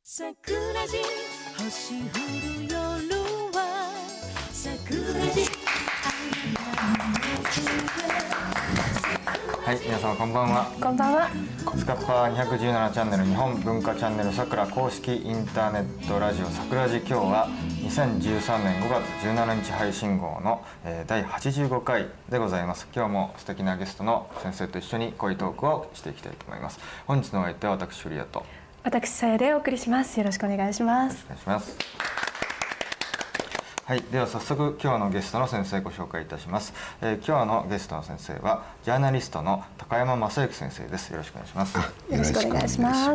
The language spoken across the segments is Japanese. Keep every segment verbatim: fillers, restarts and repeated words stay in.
桜地星降る夜は桜地。 はい、皆様こんばんは。 こんばんは。 スカッパーにひゃくじゅうななチャンネル日本文化チャンネルさくら公式インターネットラジオ桜地。今日はにせんじゅうさんねんごがつじゅうしちにち配信号の、えー、だいはちじゅうごかいでございます。今日も素敵なゲストの先生と一緒に恋トークをしていきたいと思います。本日のお相手は私フリアと私さやでお送りします。よろしくお願いします。 お願いします。はい、では早速今日のゲストの先生ご紹介いたします。えー、今日のゲストの先生はジャーナリストの高山正幸先生です。よろしくお願いします。 よろしくお願いします。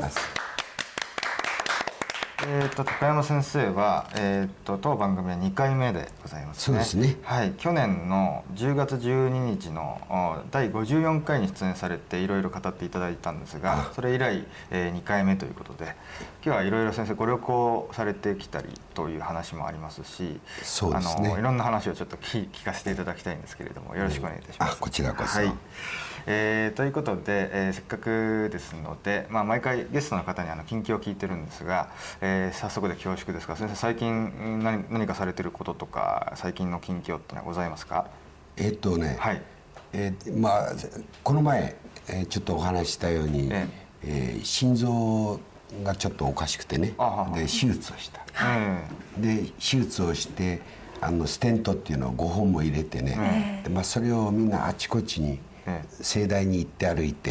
えー、と高山先生は、えー、と当番組はにかいめでございますね。 そうですね。 はい、去年のじゅうがつじゅうににちのだいごじゅうよんかいに出演されていろいろ語っていただいたんですが、それ以来、えー、にかいめということで、今日はいろいろ先生ご旅行されてきたりという話もありますし、 そうですね、 あのいろんな話をちょっと 聞, 聞かせていただきたいんですけれども、よろしくお願いいたします。 あ、こちらこそ。 はい、えー、ということで、えー、せっかくですので、まあ、毎回ゲストの方にあの近況を聞いてるんですが、えー、早速で恐縮ですが先生、最近 何, 何かされてることとか最近の近況ってのはございますか？ えーっとね、 はいえーまあ、この前、えー、ちょっとお話ししたように、ええー、心臓がちょっとおかしくてね、で手術をした、うん、で手術をしてあのステントっていうのをごほんも入れてね、うん、でまあ、それをみんなあちこちに盛大に行って歩いて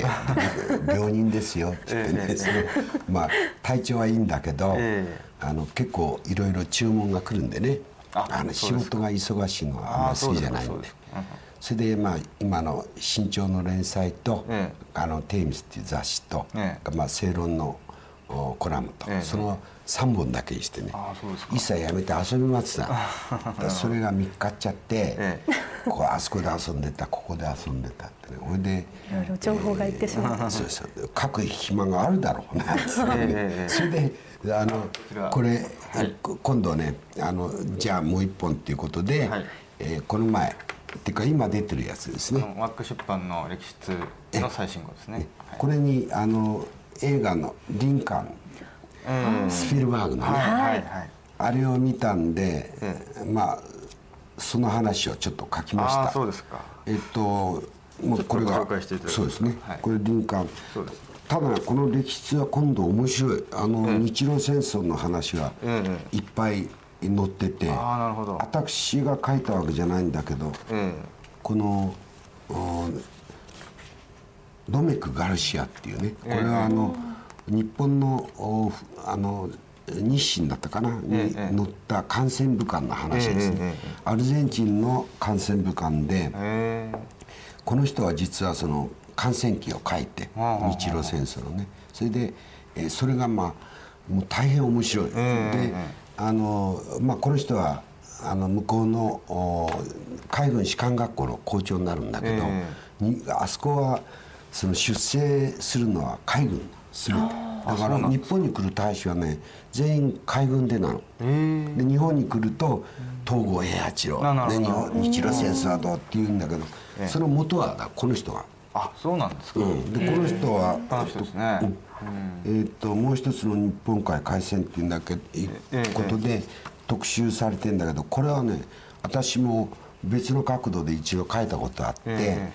「病人ですよ」って言ってね、それまあ体調はいいんだけど、あの結構いろいろ注文が来るんでね、あの仕事が忙しいのはあんまり好きじゃないんで、それでまあ今の「新潮」の連載と「あのテイミス」っていう雑誌と、まあ正論のコラムと、そのさんぼんだけにしてね、一切やめて遊びますな。それがみっかっちゃって、ここあそこで遊んでた、ここで遊んでたってね、ほいでいろいろ情報がいってしまう。 そうそう、書く暇があるだろうなってね。それであのこれ今度ね、あのじゃあもう一本っていうことで、えこの前っていうか今出てるやつですね。 ワック出版の歴史の最新号ですね。 これにあの映画の「リンカーン」、スピルバーグのね、あれを見たんで、まあその話をちょっと書きました。 あ、そうですか。 えっともうこれがそうですね、これリンカーン。ただね、この歴史は今度面白い、あの日露戦争の話がいっぱい載ってて、私が書いたわけじゃないんだけど、このドメク・ガルシアっていうね、これはあの日本のあの日清だったかなに載った艦船武官の話ですね。アルゼンチンの艦船武官で、この人は実はその艦船記を書いて、日露戦争のね、それでそれがまあもう大変面白い。であの、まあ、この人はあの向こうの海軍士官学校の校長になるんだけど、にあそこはその出征するのは海軍する。だから日本に来る大使はね全員海軍でなの。で日本に来ると東郷平八郎で日本日露戦争はどうって言うんだけど、その元はこの人が。 あ、そうなんですか。 うん、でこの人はえっともう一つの日本海海戦っていうんだけことで特集されてんだけど、これはね私も別の角度で一度書いたことあって。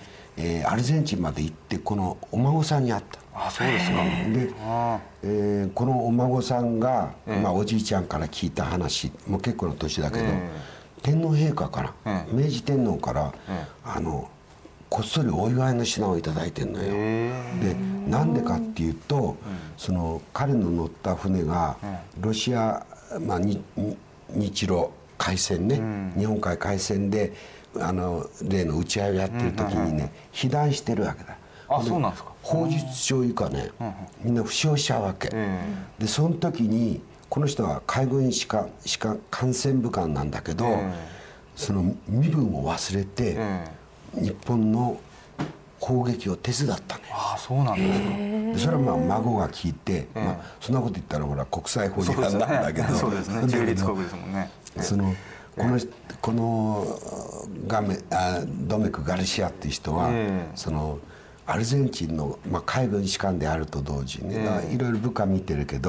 えー、アルゼンチンまで行ってこのお孫さんに会った。 あ、そうですか。 で、えー、このお孫さんが、まあ、おじいちゃんから聞いた話、もう結構の年だけど、天皇陛下から、明治天皇から、あのこっそりお祝いの品をいただいてんのよ。でなんでかっていうと、その彼の乗った船がロシア、まあ、に日露海戦ね、日本海海戦であの例の打ち合いをやってる時にね被弾してるわけだ。 あ、そうなんですか。 砲術傷以下ね、みんな負傷しちゃうわけで、その時にこの人は海軍士官士官艦船武官なんだけど、その身分を忘れて日本の攻撃を手伝ったね。 あ、そうなんですか。 でそれはまあ孫が聞いて、まあ、そんなこと言ったらほら国際法違反なんだけど、 そうですね、中立国ですもんね。 そのこのこのガメあドメク・ガルシアっていう人は、そのアルゼンチンの、まあ、海軍士官であると同時にね、いろいろ部下見てるけど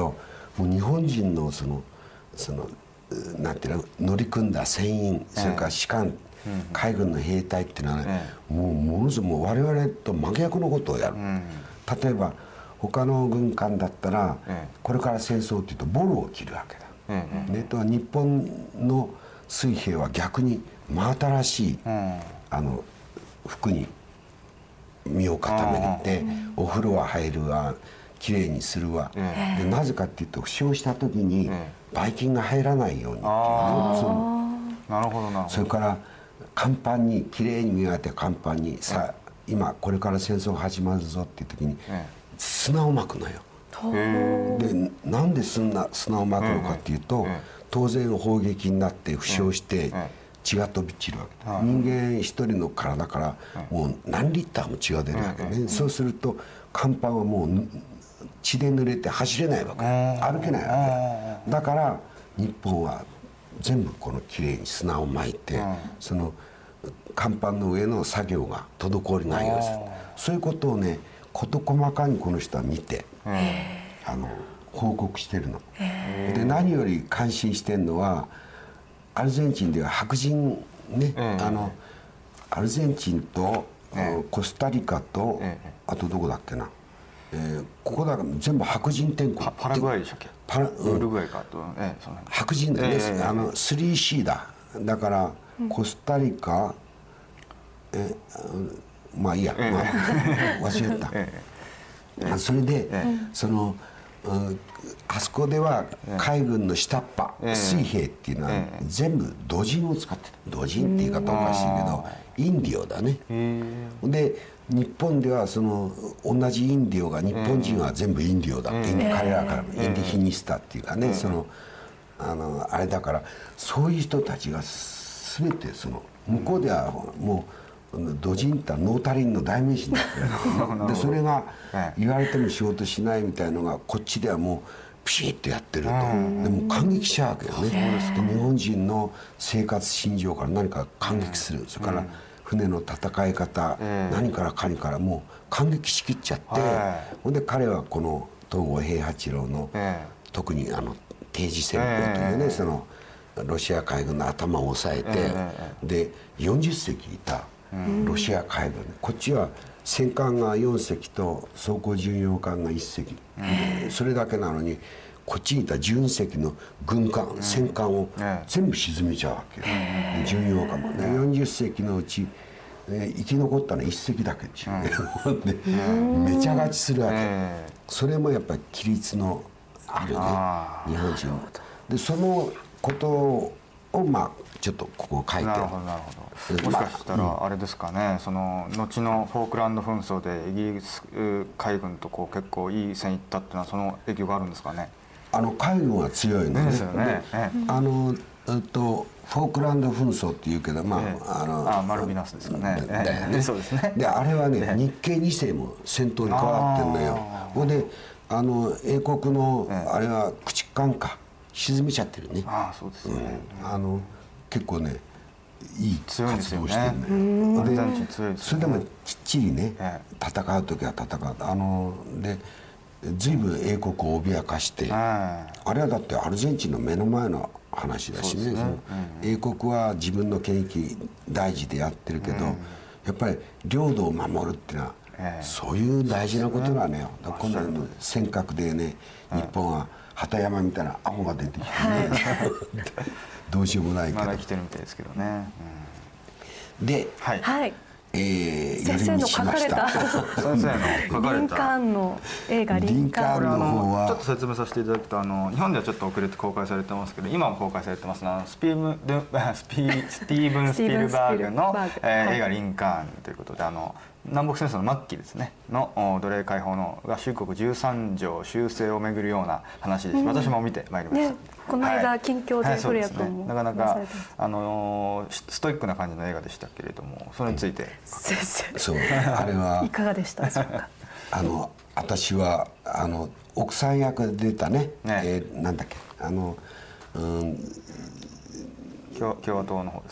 もう日本人のそのそのなんていうの乗り組んだ船員、それから士官、海軍の兵隊っていうのはね、もうものすごく我々と真逆のことをやる。例えば他の軍艦だったら、これから戦争っていうとボルを切るわけだ。ね、とは日本の水兵は逆に真新しい、あの服に身を固めて、お風呂は入るわ、きれいにするわ、でなぜかっていうと負傷した時にばい菌が入らないようにっていうね、 なるほどなるほど。 それから甲板にきれいに磨いて甲板にさあ今これから戦争始まるぞっていう時に砂をまくのよ。でなんで砂砂をまくのかっていうと、当然砲撃になって負傷して血が飛び散るわけだ。人間一人の体からもう何リッターも血が出るわけね。そうすると甲板はもう血で濡れて走れないわけ、歩けないわけだから日本は全部このきれいに砂をまいて、その甲板の上の作業が滞りないようにする。そういうことをね事細かにこの人は見てあの報告してるの。で何より感心してるのはアルゼンチンでは白人ね、あのアルゼンチンとコスタリカとあとどこだっけな、えー、ここだから全部白人天国。 パラグアイでしたっけ？パラウルグアイかと、えー、その白人だね、えー、あの スリーシー だ。だからコスタリカ、えまあいいや、えーまあ、忘れた、えー、それで、えー、その、うん、あそこでは海軍の下っ端、えー、水兵っていうのは全部土人を使ってた。土人って言い方おかしいけどインディオだね。で日本ではその同じインディオが日本人は全部インディオだって、えー、彼らからインディヒニスタっていうかね、えー、そのあのあれだからそういう人たちが全てその向こうではもう土人ってノータリンの代名詞になってるでそれが言われても仕事しないみたいのがこっちではもうピシッとやってると、でも感激しちゃうわけよね。で日本人の生活信条から何か感激する。それから船の戦い方、えー、何からかにからもう感激しきっちゃって、ほんで彼はこの東郷平八郎の、えー、特にあの定時戦法というね、えー、そのロシア海軍の頭を押さえて、えー、でよんじゅっせきいたロシア海軍、うん、こっちは戦艦がよんせきと装甲巡洋艦がいっせき、えー、それだけなのにこっちにいたじゅうにせきの軍艦、うん、戦艦を全部沈めちゃうわけよ、えー、巡洋艦もね。よんじゅっせきのうちえー、生き残ったのはいっせきだけっていうね、うん、でめちゃ勝ちするわけ、えー、それもやっぱり規律のあるね日本人で、そのことをまあちょっとここ書いてなるほどなるほど。もしかしたらあれですかね、まあ、その後のフォークランド紛争でイギリス海軍とこう結構いい線いったっていうのはその影響があるんですかね。 あの海軍は強いのね。 ですよね。ええ、 あのえっとフォークランド紛争っていうけど、まあ、ええ、あのあマルビナスですかね。 だよね。 そうですね。 であれはね、ええ、日系に世も戦闘に加わってるのよ。ほんであの英国の、ええ、あれは駆逐艦か沈めちゃってるね。 ああそうですね。 うん、あの結構ねいい活動してるね。 でそれでもきっちりね、ええ、戦う時は戦う。あので随分英国を脅かして、あれはだってアルゼンチンの目の前の話だしね、その英国は自分の権益大事でやってるけど、やっぱり領土を守るっていうのは、そういう大事なことなのよ。だから今度の尖閣でね、日本は鳩山みたいなアホが出てきてね、どうしようもないけどまだ来てるみたいですけどね。 で、 はいえー、 先生の書かれた先生の書かれたリンカーンの映画リンカーンの方はちょっと説明させていただくと、あの日本ではちょっと遅れて公開されてますけど今も公開されてますのスピームスピスティーブン・スピルバーグのえー、映画リンカーンということで、あの南北戦争の末期ですねの奴隷解放の合衆国じゅうさんじょう修正をめぐるような話です、うん、私も見てまいりました、ね、 この間、はい、近況でフレア君も、 はいはいね、なかなかあのストイックな感じの映画でしたけれども、それについて、うん、 先生そうあれはいかがでしたでしょうか。 あの私はあの奥さん役で出たね、ねえー、なんだっけあの、うん、 共, 共和党の方ですか。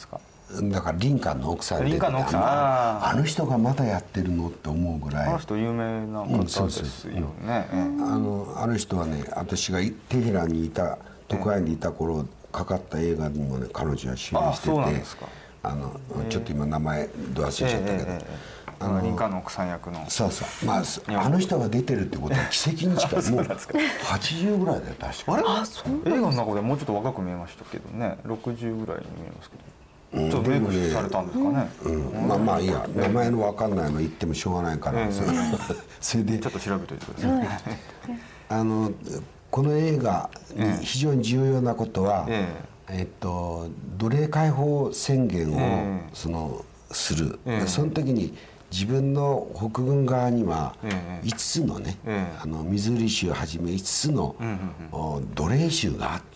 だからリンカーンの奥さんリンカーンの奥さん、ああの人がまだやってるのって思うぐらい。 あの人有名な方ですよね。 あのあの人はね、私がテヘランにいた特派員にいた頃かかった映画にもね彼女は主演してて、あのちょっと今名前ど忘れちゃったけど、 あのリンカーンの奥さん役の。 そうそう、まああの人が出てるってことは奇跡に近い。もうはちじゅうぐらいだよ確か。 あれ？映画の中でもうちょっと若く見えましたけどね、ろくじゅうぐらいに見えますけど。ちょっとメイクされたんですかね。 うん、まあまあいいや、名前の分かんないの言ってもしょうがないから、それでちょっと調べておいてください。 あのこの映画に非常に重要なことは、えっと奴隷解放宣言をそのする、その時に自分の北軍側にはいつつのね、あのミズーリ州をはじめいつつの奴隷州があって、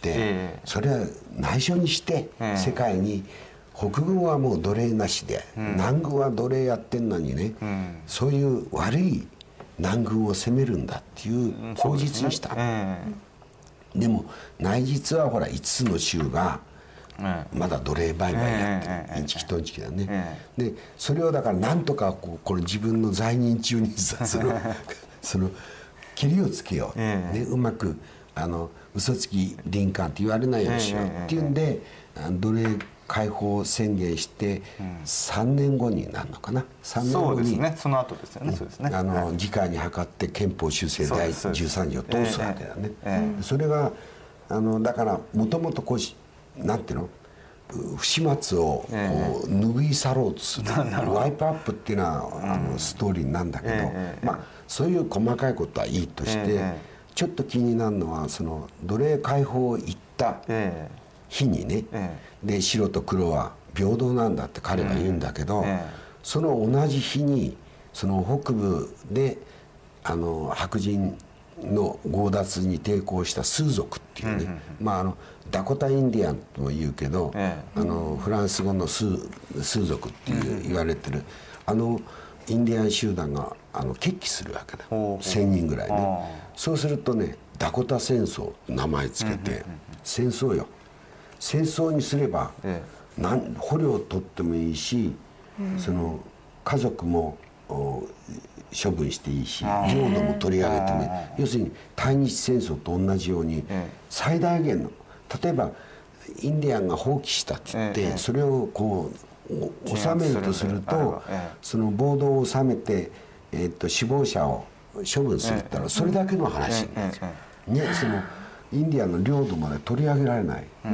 それは内緒にして世界に。北軍はもう奴隷なしで、うん、南軍は奴隷やってんのにね、うん、そういう悪い南軍を攻めるんだっていう口実にした、うんねうん、でも内実はほらいつつの州がまだ奴隷売買やってる、インチキトンチキだね、でそれをだからなんとかこうこれ自分の在任中にさそのそのけりをつけよう、ね、うまくあの嘘つきリンカーンって言われないようにしようっていうんで奴隷解放宣言してさんねんごになるのかな、さんねんごにそうですね、その後ですよね、そうですね、 あの議会に諮って憲法修正第じゅうさん条を通すわけだね、えーえー、それがあのだからもともとこうなんていうの不始末をこう拭い去ろうとする、えー、ワイプアップっていうのはあのストーリーなんだけど、えー、まあそういう細かいことはいいとして、えー、ちょっと気になるのはその奴隷解放行った日にね、えーで白と黒は平等なんだって彼が言うんだけど、うんええ、その同じ日にその北部であの白人の強奪に抵抗したスー族っていうね、うんうんうん、まああのダコタインディアンとも言うけど、ええ、あのフランス語のスー、スー族っていう言われてる、うんうん、あのインディアン集団があの決起するわけだ、せんにんぐらいね。そうするとねダコタ戦争名前つけて、うんうんうん、戦争よ。戦争にすれば、ええ、なん捕虜を取ってもいいし、うん、その家族も処分していいし領土も取り上げてもいい、要するに対日戦争と同じように、ええ、最大限の例えばインディアンが放棄したって言って、ええ、それをこう収めるとすると、ええ、その暴動を収めて、えー、っと死亡者を処分するって言ったらそれだけの話なんですよ、ね、そのインディアンの領土まで取り上げられない、うん、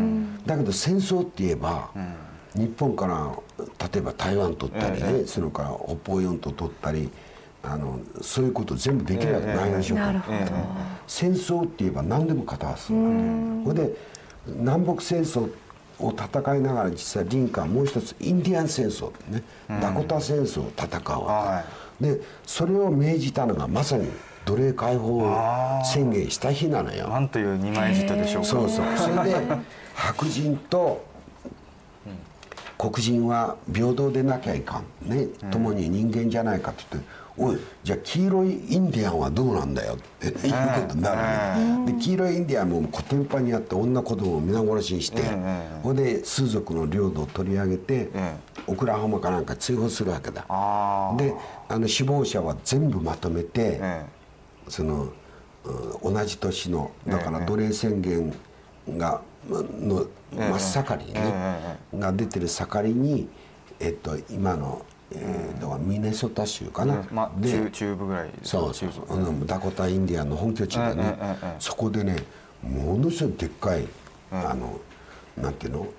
だけど戦争って言えば、うん、日本から例えば台湾取ったりね、ええ、それから北方四島取ったりあのそういうこと全部できるわけないでしょうか、ええ、戦争って言えば何でも片わすんだ、で南北戦争を戦いながら実際リンカーンもう一つインディアン戦争ね、うん、ダコタ戦争を戦うわけ、はい、でそれを命じたのがまさに奴隷解放宣言した日なのよ。 なんという二枚舌でしょうか。 そうそう。それで白人と黒人は平等でなきゃいかんね、共に人間じゃないかって言って、おいじゃあ黄色いインディアンはどうなんだよっていうことになるわけで、黄色いインディアンもコテンパンにやって女子供を皆殺しにして、それで数族の領土を取り上げてオクラホマかなんか追放するわけだ。であの死亡者は全部まとめて、その同じ年のだから奴隷宣言がの真っ盛りにねが出てる盛りに、えっと今のえだからミネソタ州かな、 で中部ぐらいそうそうダコタインディアンの本拠地でね、そこでねものすごいでっかいあのなんていうの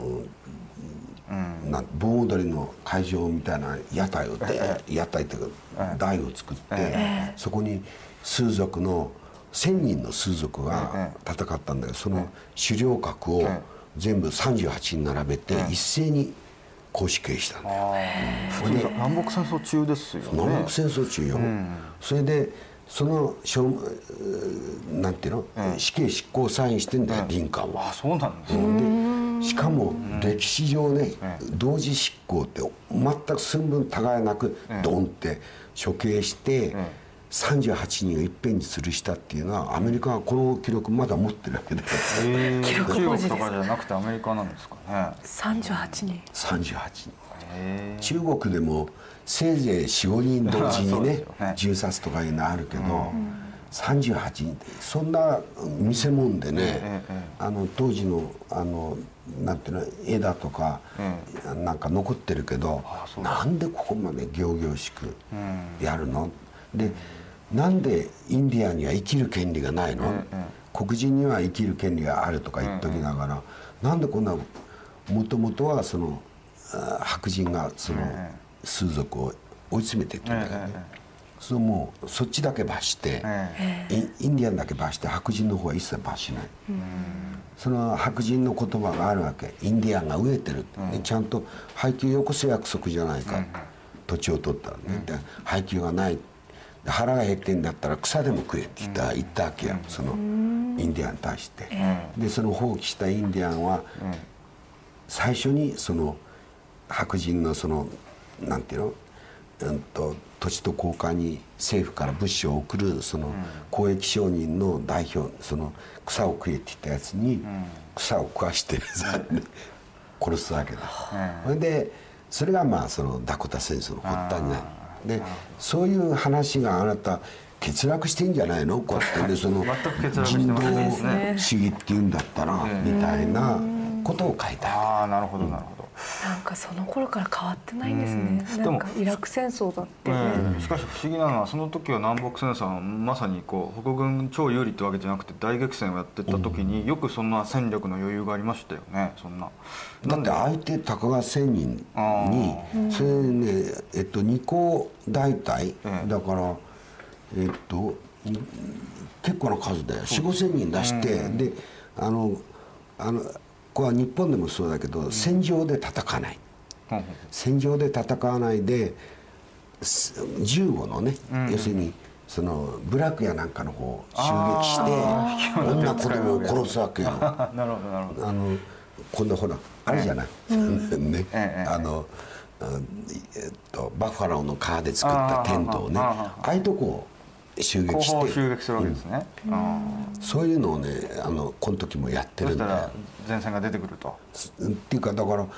な盆踊りの会場みたいな屋台を屋台っていうか台を作って、そこに数族のせんにんの数族が戦ったんだけど、その狩猟獲を全部さんじゅうはちに並べて一斉に公式刑したんだよ。 南北戦争中ですよね。 南北戦争中よ、うん、それでそのなんていうの、うん、死刑執行サインしてんだよ、うん、リンカーンは。 あ、そうなんですね、 うん、でしかも歴史上ね、うん、同時執行って全く寸分違いなくドンって処刑して、うん、 さんじゅうはちにんをいっぺんに吊るしたっていうのはアメリカはこの記録まだ持ってるわけで、 えー、記録中国とかじゃなくてアメリカなんですかね。 さんじゅうはちにん。 さんじゅうはちにん。中国でもせいぜいよん、ごにん同時にね銃殺とかいうのあるけど、うん、さんじゅうはちにんってそんな見せ物でね、ええ、あの当時のあのなんていうの絵だとか、え、なんか残ってるけど、なんでここまで仰々しくやるの、うん、でなんでインディアンには生きる権利がないの、黒人には生きる権利があるとか言っときながら、なんでこんなもともとはその白人がその数族を追い詰めていったんだけどね、そのもうそっちだけ罰して、インディアンだけ罰して白人の方は一切罰しない、その白人の言葉があるわけ、インディアンが飢えてるって、ちゃんと配給よこせ約束じゃないか、土地を取ったらね、で配給がない、腹が減ってんだったら草でも食えって言った言ったわけよ、そのインディアンに対して。でその放棄したインディアンは最初にその白人のそのなんていうの、うんと土地と交換に政府から物資を送るその交易商人の代表、その草を食えって言ったやつに草を食わして殺すわけだ。それでそれがまあそのダコタ戦争の発端になる。でそういう話があなた欠落してんじゃないの、こうやってでその人道主義っていうんだったらみたいなことを書いた。 ああなるほどなるほど。 なんかその頃から変わってないんですね。なんかイラク戦争だって、ね、 うん、しかし不思議なのはその時は南北戦争はまさにこう北軍超有利ってわけじゃなくて大激戦をやってた時によくそんな戦力の余裕がありましたよね。そんなだって相手たかがせんにんにそれねえっとにこ大隊だからえっと結構な数だよ、よん、ごせんにん出して、であのあのこれは日本でもそうだけど、戦場で戦わない、うん、戦場で戦わないで銃をのね、うん、要するにその部落やなんかの方を襲撃して女子供を殺すわけよ。 なるほどなるほど。 あのこんなほらあるじゃない、うん、ね、あの、えっとバッファローの皮で作ったテントをね、ああいうとこを襲撃して襲撃するわけですね、 うん、そういうのをねあのこの時もやってるんだよ。 そしたら前線が出てくるとっていうかだから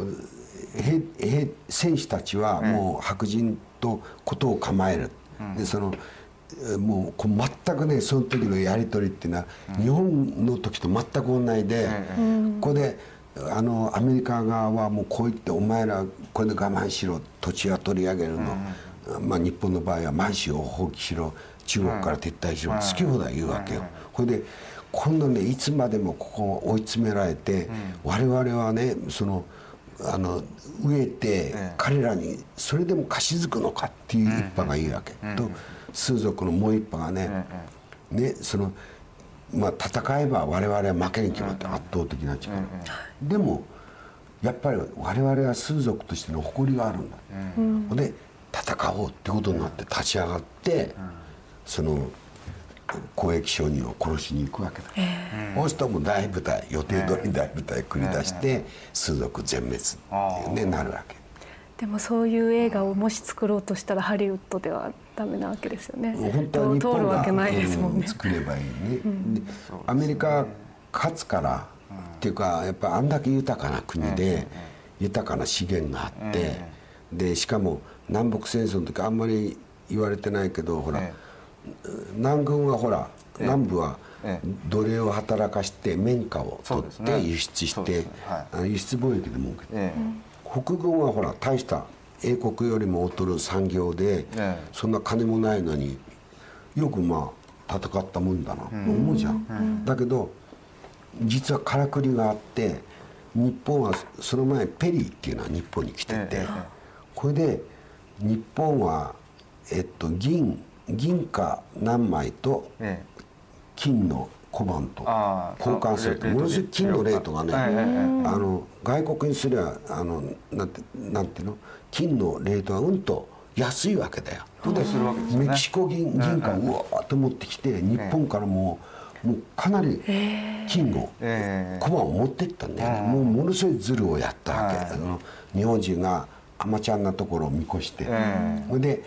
戦士たちはもう白人とことを構える、うん、でそのもうこう全くねその時のやり取りっていうのは、うん、日本の時と全く同じで、うん、ここであのアメリカ側はもうこう言ってお前らこれで我慢しろ、土地は取り上げるの、うん、まあ日本の場合は満州を放棄しろ、中国から撤退しろ、うん、好き放題言うわけよ。これで今度ねいつまでもここを追い詰められて、うん、我々はねそのあの飢えて彼らにそれでも貸し付くのかっていう一派がいいわけ、うん、と数族のもう一派がね、うん、ねそのまあ戦えば我々は負けに決まって圧倒的な力、うん、でもやっぱり我々は数族としての誇りがあるんだ、うん、で戦おうってことになって立ち上がって、うん、その交易商人を殺しに行くわけだ。そうするともう大部隊予定通り大部隊繰り出して数族全滅っていうねなるわけ。 でもそういう映画をもし作ろうとしたらハリウッドではダメなわけですよね。 本当は日本が、 うん、 作ればいいね、うん、アメリカ勝つから、うん、っていうかやっぱあんだけ豊かな国で豊かな資源があって、でしかも南北戦争の時あんまり言われてないけどほら、南軍はほら南部は奴隷を働かして綿花を取って輸出して、はい、輸出貿易で儲けて、ええ、北軍はほら大した英国よりも劣る産業で、ええ、そんな金もないのによくまあ戦ったもんだなと思うじゃん、うん、だけど実はからくりがあって日本はその前ペリーっていうのは日本に来てて、ええ、これで日本はえっと銀銀貨何枚と金の小判と交換するとものすごい金のレートがね、あの外国にすればあのなんてなんていうの金のレートはうんと安いわけだよ。でメキシコ銀銀貨をうわーっと持ってきて日本からもうもうかなり金の小判を持っていったんだよね。もうものすごいズルをやったわけ。あの日本人がアマちゃんなところを見越して、それで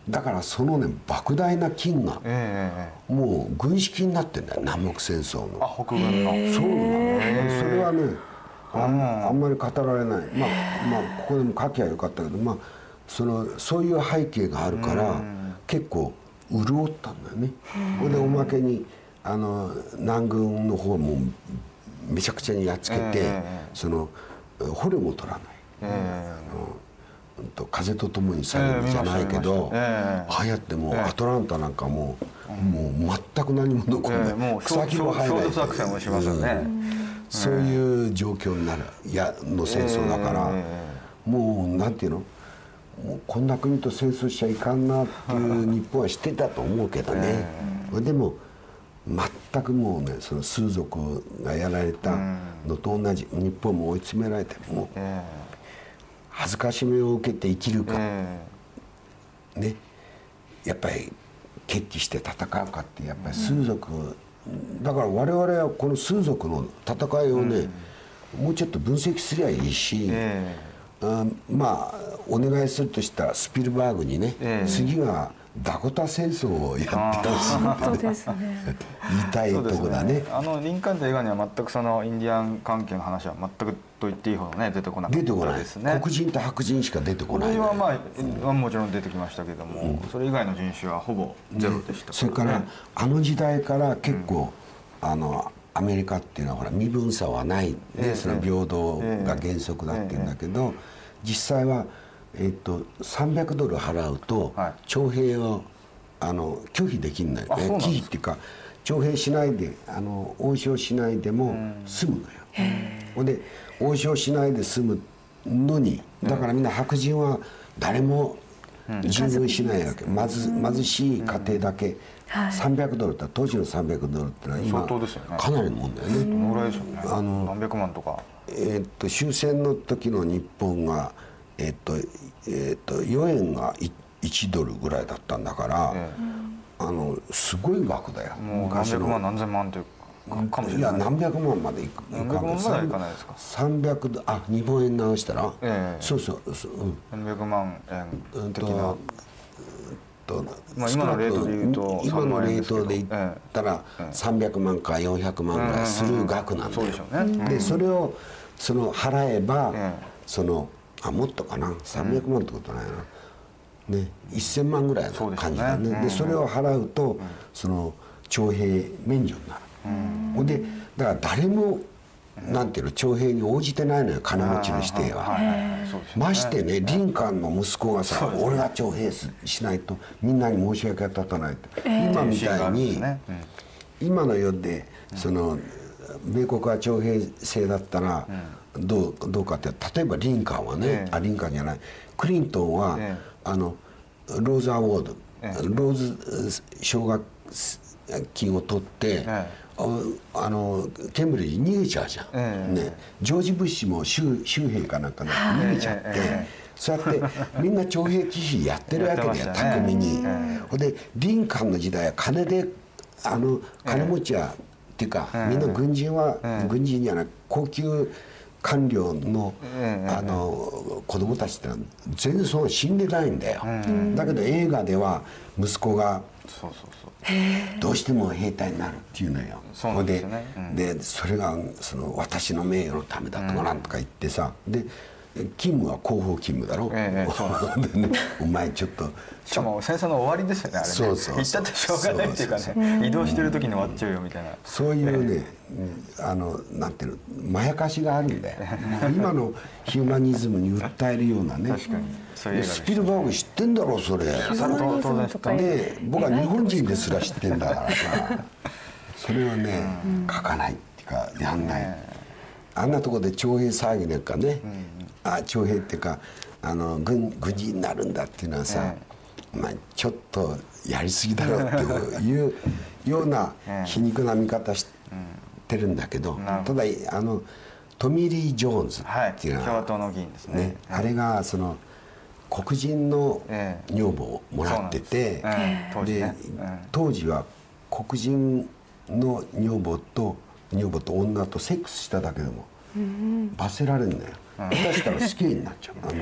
だからそのね莫大な金がもう軍資金になってんだよ、南北戦争の。 あ、北軍の。 そうなんだよ。それはねあん、あんまり語られない。まあまあここでも書きゃよかったけど、まあそのそういう背景があるから結構潤ったんだよね。それでおまけにあの南軍の方もめちゃくちゃにやっつけて、その捕虜も取らない。あのと風と共に去るじゃないけど、ああやってもうアトランタなんかもうもう全く何も残らない、草木も生えない、 作戦をしますよね。 そういう状況になるやの戦争だから、もうなんていうの、もうこんな国と戦争しちゃいかんなっていう日本は知ってたと思うけどね。でも全くもうね、その数族がやられたのと同じ、日本も追い詰められてもう恥ずかしめを受けて生きるか、ね、やっぱり決起して戦うかって、やっぱり数族だから我々はこの数族の戦いをね、もうちょっと分析すりゃいいし、あまあお願いするとしたらスピルバーグにね、次はダコタ戦争をやってほしいって、ね、言いたいとこだね。 あのリンカーンと映画には全くそのインディアン関係の話は全くと言っていいほどね出てこなかったですね。出てこない。黒人と白人しか出てこない。 これはまあ、うん、もちろん出てきましたけども、うん、それ以外の人種はほぼゼロでした、ね。 それからあの時代から結構、うん、あのアメリカっていうのはほら身分差はない、ね、えー、その平等が原則だっていうんだけど、えーえー、実際はえっとさんびゃくドル払うと徴兵をあの拒否できんのよね。拒否っていうか徴兵しないで、あの応召しないでも済むのよ。ほんで応召しないで済むのに、だからみんな白人は誰も従軍しないわけ。まず貧しい家庭だけさんびゃくドルって、当時のさんびゃくドルってのは今かなりのもんだよね。 どのぐらいですよね。あの何百万とか。 えっと終戦の時の日本がえっとえっとよえんがいちドルぐらいだったんだから、ええ、あのすごい額だよ。 もう何百万何千万というかもしれない。 いや何百万までいく。 何百万まではいかないですか。 さんびゃくドル、あ日本円直したら、ええ、そうそうそう、うん、 何百万円的な。 とまあ今のレートで言うと今のレートで言ったらさんびゃくまんかよんひゃくまんぐらいする額なんだよ。でそれをその払えば、そのあもっとかなさんびゃくまんってことないな、ね、せんまんぐらいの感じだね。でそれを払うとその徴兵免除になる。ほんでだから誰もなんていうの徴兵に応じてないのよ、金持ちの指定は。ましてねリンカーンの息子がさ、俺が徴兵しないとみんなに申し訳が立たないって、今みたいに今の世でその米国は徴兵制だったらどうどうかって、例えばリンカーンはね、あリンカーンじゃないクリントンはあのローズアワード、ローズ奨学金を取って、あのケンブリッジに逃げちゃうじゃん、えーね、ジョージ・ブッシュも州州兵かなんかで逃げちゃって、えー、そうやってみんな徴兵忌避やってるわけだよ、巧みに。ほんでリンカーンの時代は金であの金持ちは、えー、っていうか、えー、みんな軍人は、えー、軍人じゃない高級官僚の、えー、あの子供たちってのは全然そんな死んでないんだよ、えー、だけど映画では息子がそうそうそうどうしても兵隊になるっていうのよ。 そうなんですよね。 うん、でそれがその私の名誉のためだとかなんとか言ってさ、で勤務は後方勤務だろ、ええ、そうなんでね、お前ちょっとしかも戦争の終わりですよねあれね。そうそうそう、行ったってしょうがないっていうかね、移動してる時に終わっちゃうよみたいな、 そういうね、えー、あのなんていうのまやかしがあるんだよ今のヒューマニズムに訴えるようなね。確かにスピルバーグ知ってんだろそれ。で僕は日本人ですら知ってんだからさそれはね、うん、書かないっていうかやんない、うん、あんなとこで徴兵騒ぎなんかね、うん、あ徴兵っていうかあの 軍, 軍人になるんだっていうのはさ、うん、まあ、ちょっとやりすぎだろうっていうような皮肉な見方してるんだけど、うん、ただあのトミー・リー・ジョーンズっていうのは、 はい、共和党の議員ですね、ね、 あれがその黒人の女房をもらってて、えーで、ね、うん、当時は黒人の女房と女房と女とセックスしただけでも罰せられるんだよ、うん、下手したら死刑になっちゃう。あの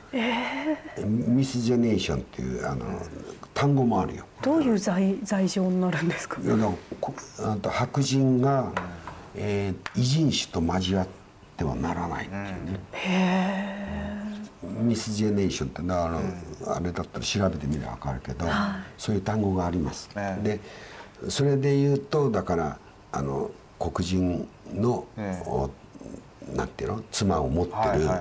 えー、ミスジェネーションっていうあの単語もあるよ。 どういう罪罪状になるんですか。 いやだからあと白人が、えー、異人種と交わってはならないっていうね。へー。ミスジェネーションってだから、うん、あれだったら調べてみれば分かるけど、はい、そういう単語があります。えー、でそれで言うとだからあの黒人の、えー、なんていうの妻を持ってる、はいはい、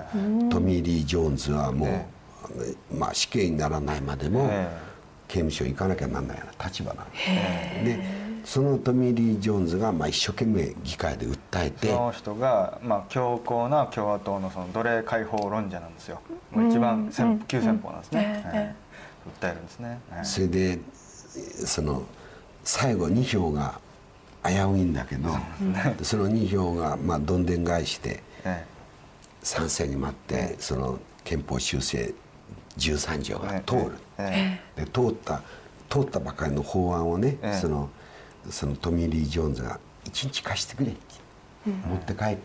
トミー・リー・ジョーンズはもう、えー、まあ、死刑にならないまでも、えー、刑務所行かなきゃなんないような立場なの。でそのトミー・リー・ジョーンズがまあ一生懸命議会で訴えて、 その人がまあ強硬な共和党のその奴隷解放論者なんですよ。もう一番急先鋒なんですね。訴えるんですね。 それでその最後に票が危ういんだけど、そのに票がまあどんでん返しで賛成に待ってその憲法修正じゅうさん条が通る。で通った通ったばかりの法案をね、そのそのトミー・リー・ジョーンズが「一日貸してくれ」って持って帰って、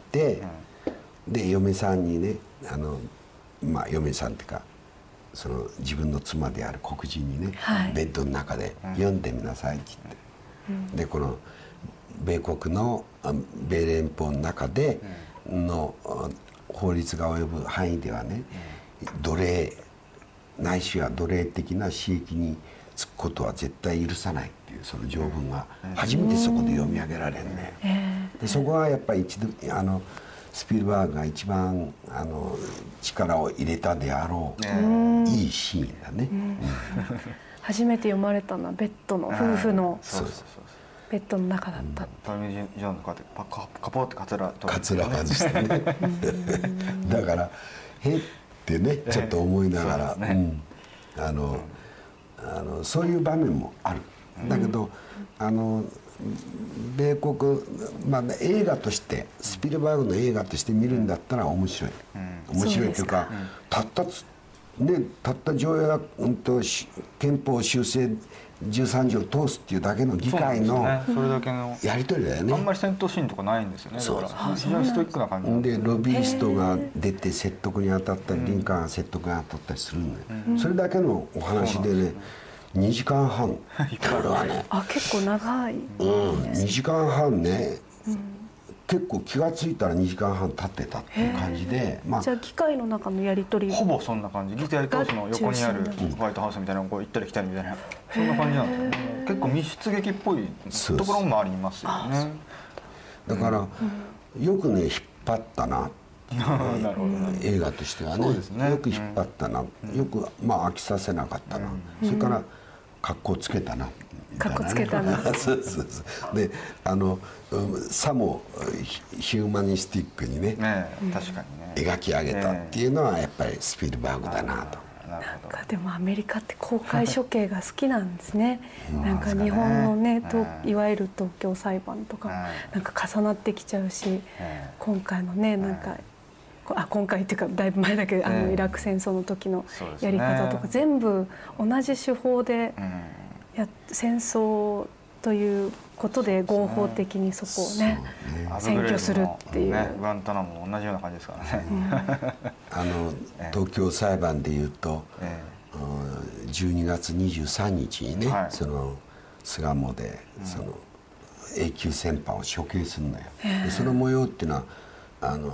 うん、で嫁さんにねあの、まあ、嫁さんっていうかその自分の妻である黒人にね、はい、ベッドの中で「読んでみなさい」って言って、うん、でこの米国の米連邦の中での法律が及ぶ範囲ではね、奴隷ないしは奴隷的な私益につくことは絶対許さないっていうその条文が初めてそこで読み上げられるね。でそこはやっぱり一度あのスピルバーグが一番あの力を入れたであろういいシーンだね。うん、 初めて読まれたのはベッドの夫婦のベッドの中だった。 トミー・ジョーンズこうやってパカカポってカツラカツラ外してね。だからへってねちょっと思いながら、ね、うん、あの。あのそういう場面もある。だけど、うん、あの米国、まあ、映画としてスピルバーグの映画として見るんだったら面白い、うん、面白いというか、うん、たったつ、ね、たった条約、うん、と憲法修正じゅうさん条を通すっていうだけの議会のやり取りだよね。 あんまり戦闘シーンとかないんですよね。だから非常にストイックな感じでロビーストが出て説得に当たったりリンカーンが説得に当たったりするんだよ、うん、それだけのお話でねにじかんはんこれはねあ結構長い、 うん、にじかんはんね、うん、結構気が付いたらにじかんはん経ってたっていう感じで、 まあ、じゃあ議会の中のやり取りほぼそんな感じ。議会とその横にあるホワイトハウスみたいなのをこう行ったり来たりみたいなそんな感じなんですよね。結構密室劇っぽいところもありますよね。 だから、うん、よくね引っ張ったななるほど、ね、映画としては ね, ねよく引っ張ったな、うん、よくまあ飽きさせなかったな、うん、それから格好つけたな格好つけたなそうそうそうであのさもヒューマニスティックに ね, ね確かにね描き上げたっていうのはやっぱりスピルバーグだなと。 なんかでもアメリカって公開処刑が好きなんですね。なんか日本のねいわゆる東京裁判とかなんか重なってきちゃうし、今回のねなんかあ今回っていうかだいぶ前だけどあのイラク戦争の時のやり方とか全部同じ手法でや戦争ということで合法的にそこをね占拠するっていう。 グアンタナモも同じような感じですからね。 あの東京裁判でいうとじゅうにがつにじゅうさんにちにねその巣鴨でその永久戦犯を処刑するのよ。でその模様っていうのはあの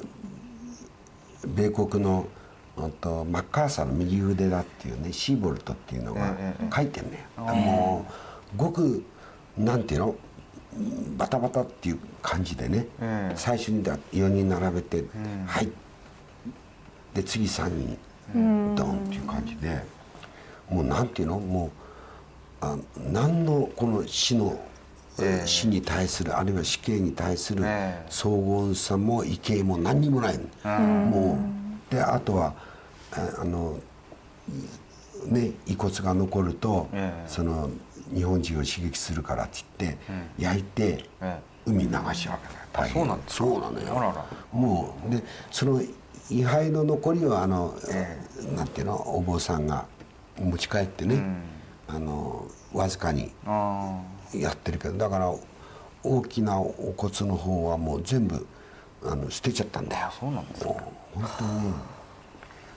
米国のとマッカーサーの右腕だっていうねシーボルトっていうのが書いてんねよ。もうごくなんていうのバタバタっていう感じでね、えー、最初にだよにん並べて、うん、はいで次さんにんドンっていう感じで、もうなんていうのもうあ何のこの死の、えー、死に対するあるいは死刑に対する荘厳さも畏敬も何にもない、えー、もうであとはあのね遺骨が残ると、えー、その日本人を刺激するからって言って、うん、焼いて、ええ、海に流しちゃうわけだよ。大変。そうなんですか。そうなのよ。あららもうでその位牌の残りをあの、ええ、なんていうのお坊さんが持ち帰ってね、うん、あのわずかにやってるけどだから大きなお骨の方はもう全部あの捨てちゃったんだよ。 そうなんですか。 本当に。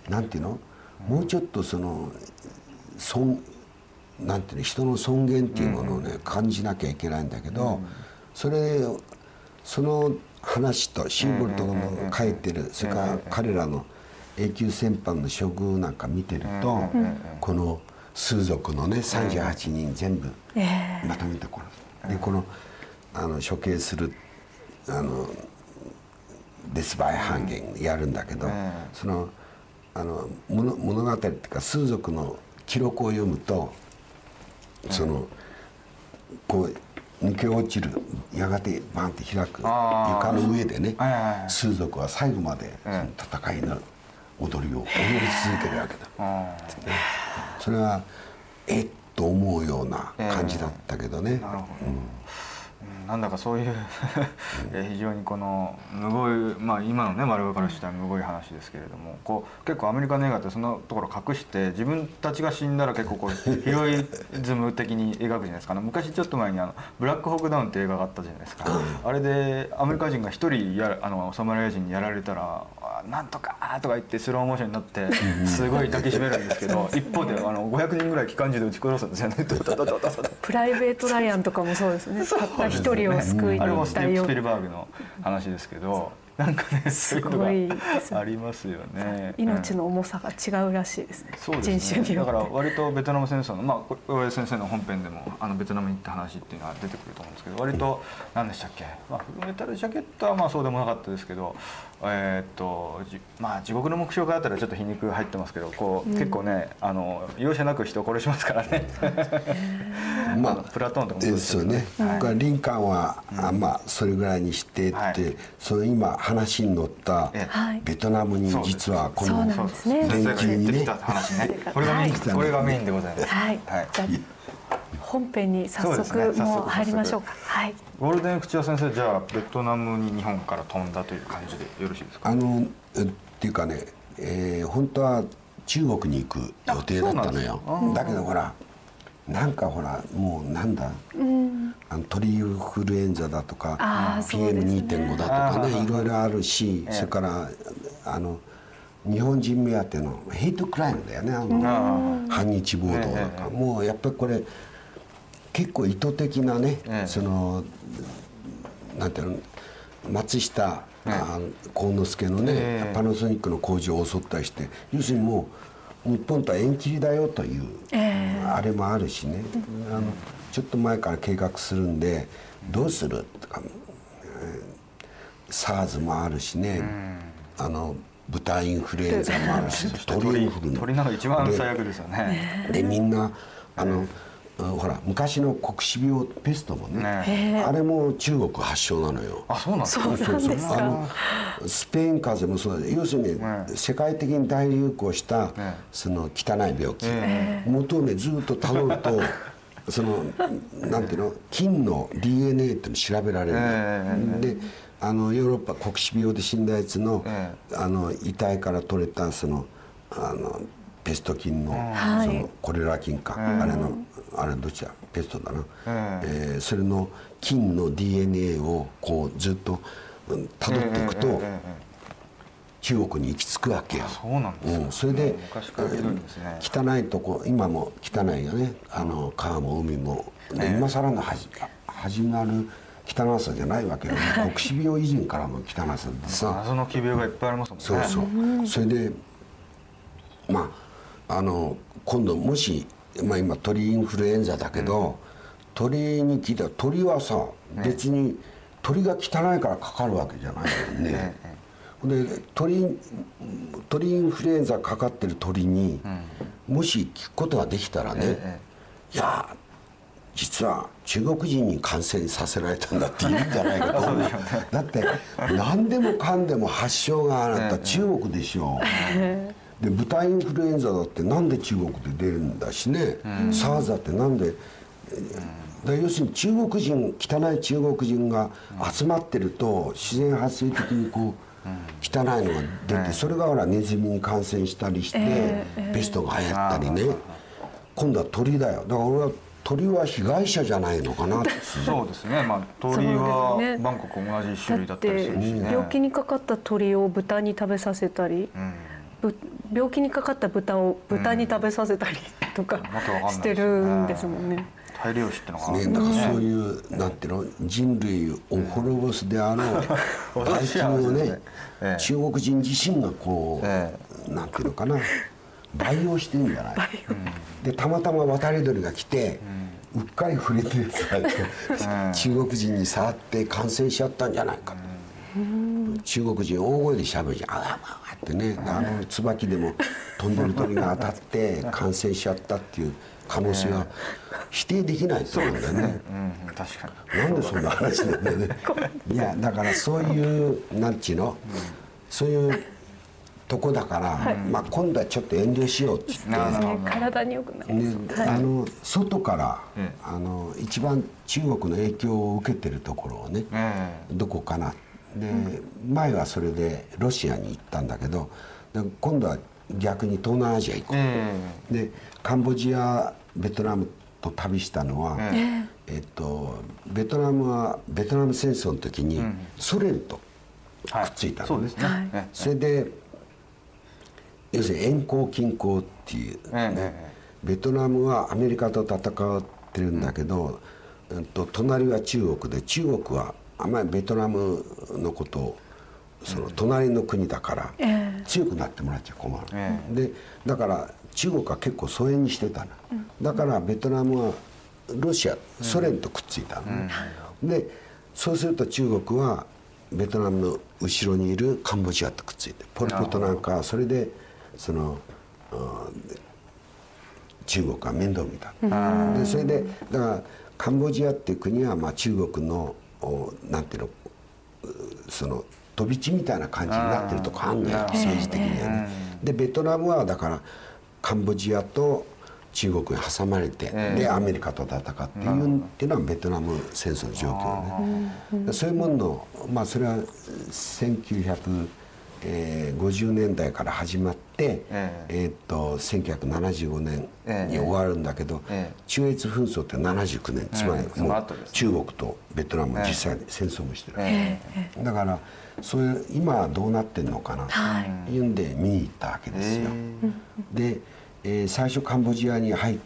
なんていうの、もうちょっとその尊なんていうの、人の尊厳っていうものをね、感じなきゃいけないんだけど、それその話とシンボルとかの書いてる、それから彼らの永久戦犯の処遇なんか見てると、この数族のねさんじゅうはちにん全部まとめてこれで、このあの処刑するあのデスバイ半減やるんだけど、そのあの物物語っていうか数族の記録を読むと、そのこう抜け落ちる、やがてバンって開く床の上でね、数族は最後までその戦いの踊りを踊り続けるわけだ。それはえっと思うような感じだったけどね。なるほど。 なんだかそういう非常にこのむごい、まあ今のね我々からしたらむごい話ですけれども、こう結構アメリカの映画ってそのところ隠して、自分たちが死んだら結構こうヒロイズム的に描くじゃないですか。昔ちょっと前にあのブラックホークダウンって映画があったじゃないですか。あれでアメリカ人が一人やあのソマリア人にやられたら、なんとかとか言ってスローモーションになってすごい抱きしめるんですけど、一方であのごひゃくにんぐらい機関銃で撃ち殺すんですよね。 プライベート・ライアンとかもそうですね。たった一人を救いに行ったような。あれもスティーブ・スピルバーグの話ですけど、なんかねそういうのがありますよね。 命の重さが違うらしいですね。そうですね。 だから割とベトナム戦争の、まあこれ大江先生の本編でもあのベトナムに行った話っていうのは出てくると思うんですけど、割と何でしたっけ、まあ、フルメタルジャケットはまあそうでもなかったですけど、えー、っとまあ地獄の目標があったらちょっと皮肉入ってますけど、こう、うん、結構ねあの容赦なく人を殺しますからね。まあプラトーンとかもそうですよね。 はい、リンカーンは、うん、あまあそれぐらいにしてって、はい、その今話に乗ったベトナムに実はこの連休にね、 これがメイン、これがメインでございます。 はい。じゃあ本編に早速もう入りましょうか。はい。 ゴールデンウィーク中は先生、じゃあベトナムに日本から飛んだという感じでよろしいですか。 あのっていうかね、えー、本当は中国に行く予定だったのよ。だけどほらなんかほらもうなんだ、うん、あの鳥インフルエンザだとか ピーエムにてんご だとかね、いろいろあるし、それからあの日本人目当てのヘイトクライムだよね、あの反日暴動とか、もうやっぱりこれ結構意図的なね、そのなんていうの、松下幸之助のねパナソニックの工場を襲ったりして、要するにもう日本とは縁切りだよという、えー、あれもあるしね、あのちょっと前から計画するんでどうするとか、えー、SARS もあるしね、あの豚インフルエンザもあるし、 鳥インフルエンザ、鳥なんか一番最悪ですよね。 でみんなあの、ほら昔の黒死病ペストもね、あれも中国発祥なのよ。 あ、そうなんですか。 そうそうそう、 あのスペイン風邪もそうだ。要するに世界的に大流行したその汚い病気、元をねずっとたどるとそのなんていうの、菌の ディーエヌエー っていうの調べられるので、あのヨーロッパ黒死病で死んだやつのあの遺体から取れたそのあのペスト菌のそのコレラ菌か、あれのあれどっちだ、ペストだな、えー、それの菌の ディーエヌエー をこうずっとたどっていくと中国に行き着くわけよ。 そうなんですか。うん、 それで汚いとこ、今も汚いよね、あの川も海も、ね、今更の始始まる汚さじゃないわけよ、ね、黒死病以前からの汚さでさ、 謎の奇病がいっぱいありますもんね。 そうそう、それでまああの今度もし、まあ、今鳥インフルエンザだけど、うん、鳥に聞いたら鳥はさ、ね、別に鳥が汚いからかかるわけじゃないよね。ねで 鳥, 鳥インフルエンザかかってる鳥に、うん、もし聞くことができたらね、ええ、いや実は中国人に感染させられたんだって言うんじゃないかと思う。だって何でもかんでも発症があなた中国でしょ。ええで豚インフルエンザだってなんで中国で出るんだしね、うん、SARS だってなんで、うん、だ要するに中国人、汚い中国人が集まってると自然発生的にこう、うん、汚いのが出て、それがほらネズミに感染したりして、えー、ペストが流行ったりね、えー、今度は鳥だよ。だから俺は鳥は被害者じゃないのかなって。 そうですね、まあ、鳥はバンコク同じ種類だったりするしね。 病気にかかった鳥を豚に食べさせたり、うん、 病気にかかった豚を豚に食べさせたりとかしてるんですもんね。 大量死ってのがね、だからそういうなんていうの人類を滅ぼすであろう大金をね、中国人自身がこうなんていうのかな培養してるんじゃない。でたまたま渡り鳥が来てうっかり触れてる中国人に触って感染しちゃったんじゃないかと。中国人大声でしゃべるじゃん、あわあわってね、あの椿でも飛んでる鳥が当たって感染しちゃったっていう可能性は否定できないと思うんだよね。 確かに。なんでそんな話なんだよね。いやだからそういうなんちゅうの、そういうとこだから、はい、まあ今度はちょっと遠慮しようっつって、 体に良くないです。 ね、あの外から、あの一番中国の影響を受けてるところをね、どこかな。で前はそれでロシアに行ったんだけど、今度は逆に東南アジア行こう、えー、でカンボジアベトナムと旅したのは、えーえっと、ベトナムはベトナム戦争の時にソ連とくっついたの、 はい、そうですね、 それで要するに遠交近交っていう、ね、えー、ベトナムはアメリカと戦ってるんだけど、うん、と隣は中国で中国はあんまりベトナムのことをその隣の国だから強くなってもらっちゃ困る、えー、でだから中国は結構疎遠にしてたの、うん、だからベトナムはロシアソ連とくっついたの、うん、でそうすると中国はベトナムの後ろにいるカンボジアとくっついてポル・ポトなんかそれでその、うん、中国は面倒見た、うん、でそれでだからカンボジアっていう国はまあ中国のなんていうのその飛び地みたいな感じになってるとこあんのよ、政治的にはね。でベトナムはだからカンボジアと中国に挟まれて、でアメリカと戦っているっていうのはベトナム戦争の状況ね。そういうもののまあそれはせんきゅうひゃくごじゅうねんだいから始まって、えっとせんきゅうひゃくななじゅうごねんに終わるんだけど、中越紛争ってななじゅうきゅうねん、つまりもう中国とベトナム実際に戦争もしてる。だからそういう今はどうなってんのかなというんで見に行ったわけですよ。で、えー、最初カンボジアに入って、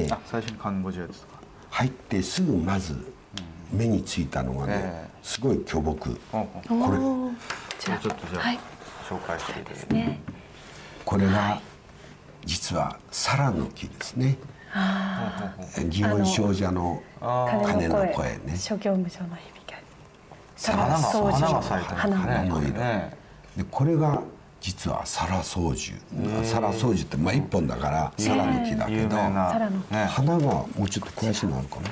あ、最初にカンボジアですか。 入ってすぐまず目についたのがね、すごい巨木。これちょっとじゃあ、はい、紹介していただいて、ね、 これが実はサラの木ですね。祇園精舎の鐘の声ね。 諸行無常の響き。 花が咲いてますね。 花の色。でこれが実はサラソウジュ。サラソウジュってまあ一本だからサラの木だけど、花がもうちょっと詳しいのあるかな。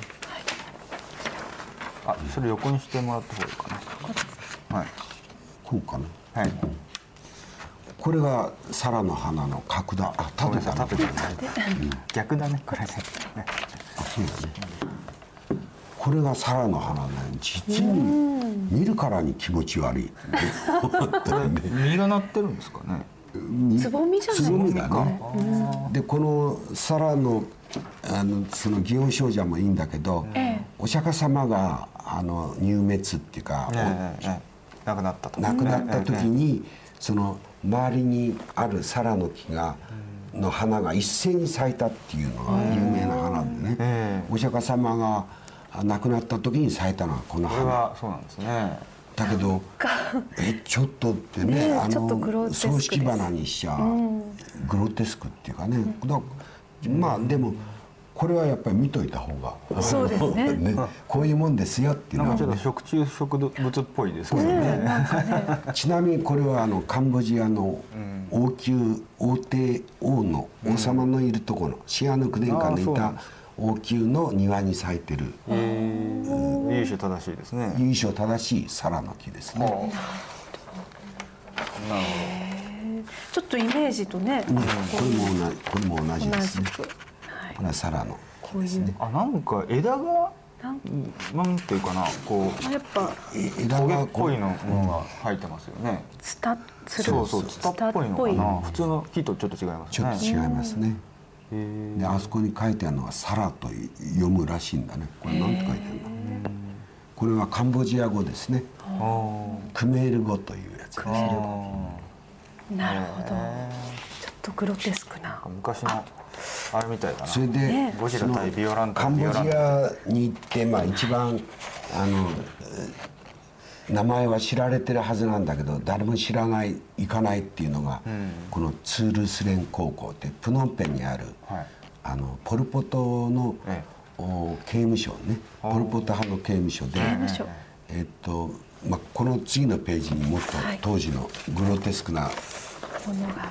あ、それ横にしてもらった方がいいかな。はい。 こうかな。 はい。 これがサラの花の角だ。あ、縦だ。縦だね。 逆だね、これね。 あ、そうだね。これがサラの花ね、実に見るからに気持ち悪い。 実がなってるんですかね。 つぼみじゃないですか。つぼみだね。 でこのサラのあのその祇園精舎もいいんだけど、お釈迦様があの入滅っていうか亡くなったと。 亡くなった時にその周りにあるサラの木がの花が一斉に咲いたっていうのが有名な花でね。お釈迦様が亡くなった時に咲いたのはこの花。 これはそうなんですね。 だけどえちょっとってね、あの葬式花にしちゃグロテスクっていうかね。まあでもこれはやっぱり見といた方がそうですね。 こういうもんですよっていうのはちょっと食虫植物っぽいですけどね。 ちなみにこれはあのカンボジアの王宮王帝王の王様のいるところのシアヌク殿下のいた王宮の庭に咲いてる由緒正しいですね。 由緒正しいサラの木ですね。なるほど。 ちょっとイメージとね、 これも同じ、これも同じですね。これはサラの木ですね。 あ、なんか枝がなんていうかな、こうやっぱ枝がっぽいのものが入ってますよね。 ツタツル。 そうそう、ツタっぽいのかな。普通の木とちょっと違いますね。 ちょっと違いますね。であそこに書いてあるのはサラと読むらしいんだね。これなんて書いてあるんだ。これはカンボジア語ですね。クメール語というやつです。 なるほど。ちょっとグロテスクな昔のあれみたいだな。 それでゴジラ対ビオランテカンボジアに行って、まあ、一番あの名前は知られてるはずなんだけど誰も知らない行かないっていうのが、うん、このツールスレン高校ってプノンペンにある、はい、あのポル・ポトの、ええ、刑務所ね、ポル・ポト派の刑務所で、えっとまあ、この次のページにもっと当時のグロテスクなものが、はい、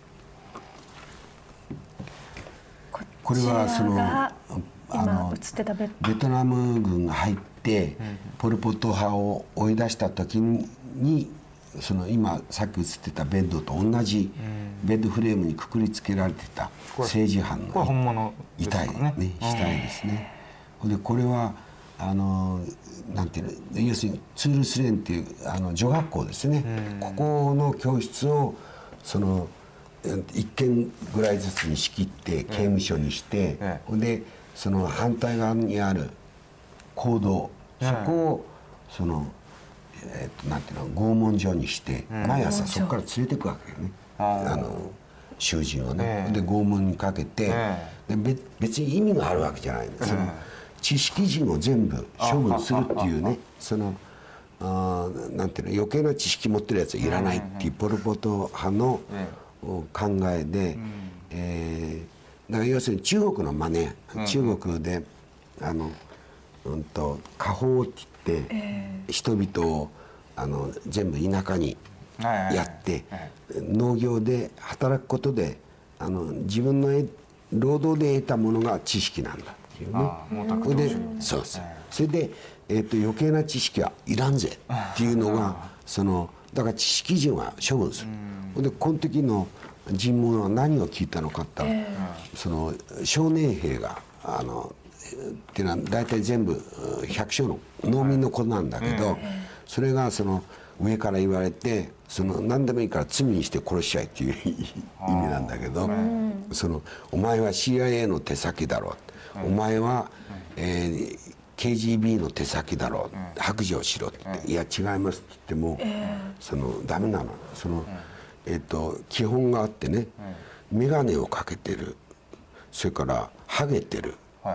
これはそのあのベトナム軍が入ってポル・ポト派を追い出した時にその今さっき映ってたベッドと同じベッドフレームにくくりつけられてた政治犯の遺体ね、死体ですね。でこれはあのなんていうの、要するにツールスレンっていうあの女学校ですね、ここの教室をその一軒ぐらいずつに仕切って刑務所にして、でその反対側にある講堂、そこをその、えー、となんていうの拷問所にして、毎朝そこから連れてくわけよね、あの囚人をね。で拷問にかけて、で別に意味があるわけじゃないんです。その知識人を全部処分するっていうね、そのあなんていうの、余計な知識持ってるやつはいらないっていうポル・ポト派の考えで、うん、えー、だから要するに中国の真似、うん、中国であの、うんと果報って言って、えー、人々をあの全部田舎にやって、農業で働くことであの自分の労働で得たものが知識なんだっていうね。それでそうそう、それで、えー、と余計な知識はいらんぜっていうのがそのだから知識人は処分する。でこの時の尋問は何を聞いたのかって言ったら、えー、その少年兵があのっていうのは大体全部百姓の農民の子なんだけど、えー、それがその上から言われてその何でもいいから罪にして殺しちゃえっていう意味なんだけど、そのお前は シーアイエー の手先だろう、お前は、えー、ケージービー の手先だろう、白状しろって言って、いや違いますって言っても、えー、そのダメなの。そのえー、と基本があってね、眼鏡をかけてる、それからハゲてる、はい、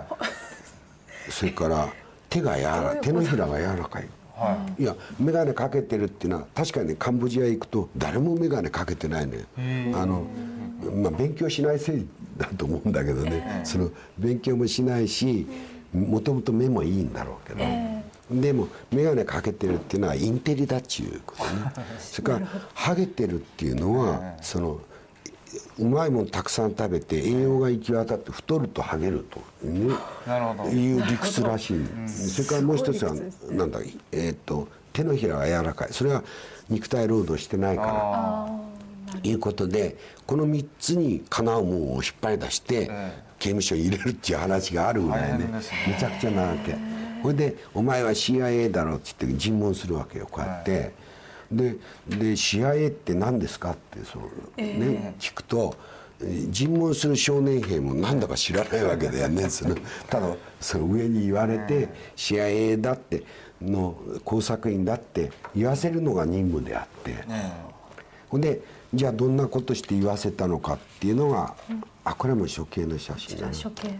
それから手がやわら手のひらが柔らかい、はい、いや眼鏡かけてるっていうのは確かに、ね、カンボジア行くと誰も眼鏡かけてないね。あの、まあ、勉強しないせいだと思うんだけどね、その勉強もしないしもともと目もいいんだろうけど、でも眼鏡かけてるっていうのはインテリだっちゅうことね。それからハゲてるっていうのはそのうまいもんたくさん食べて栄養が行き渡って太るとハゲると、ね、いう理屈らしい。それからもう一つはなんだ、えー、と手のひらが柔らかい、それは肉体労働してないからいうことで、このみっつにかなうもんを引っ張り出して刑務所に入れるっていう話があるぐらいね、めちゃくちゃなわけ。それでお前は シーアイエー だろって言って尋問するわけよ、こうやって。で, で シーアイエー って何ですかってそう、ね、えー、聞くと尋問する少年兵も何だか知らないわけだよね。そのただその上に言われて シーアイエー だっての工作員だって言わせるのが任務であって、ほんでじゃあどんなことして言わせたのかっていうのが、うん、あこれも処刑の写真だね。 処刑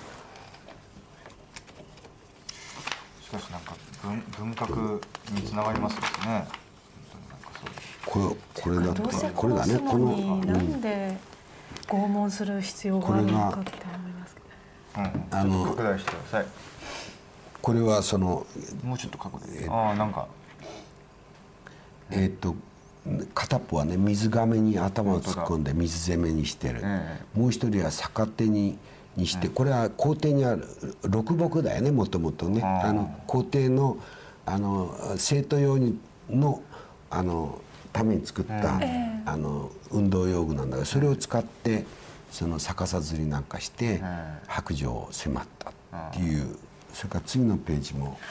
しかしなんか 文, 文革につながりますですね。 これこれだとこれだね。このなんで拷問する必要があるのかって思いますけど、 うん、あの拡大してください。 これはそのもうちょっと拡大。ああなんかえっと片っぽはね水がめに頭を突っ込んで水攻めにしてる。ええ、もう一人は逆手ににして、これは校庭にある六木だよね、もともとね。あの校庭のあの生徒用にのあのために作った、うん、あの運動用具なんだけど、それを使ってその逆さ吊りなんかして、うん、白状を迫ったっていう、うん、それから次のページも、はい、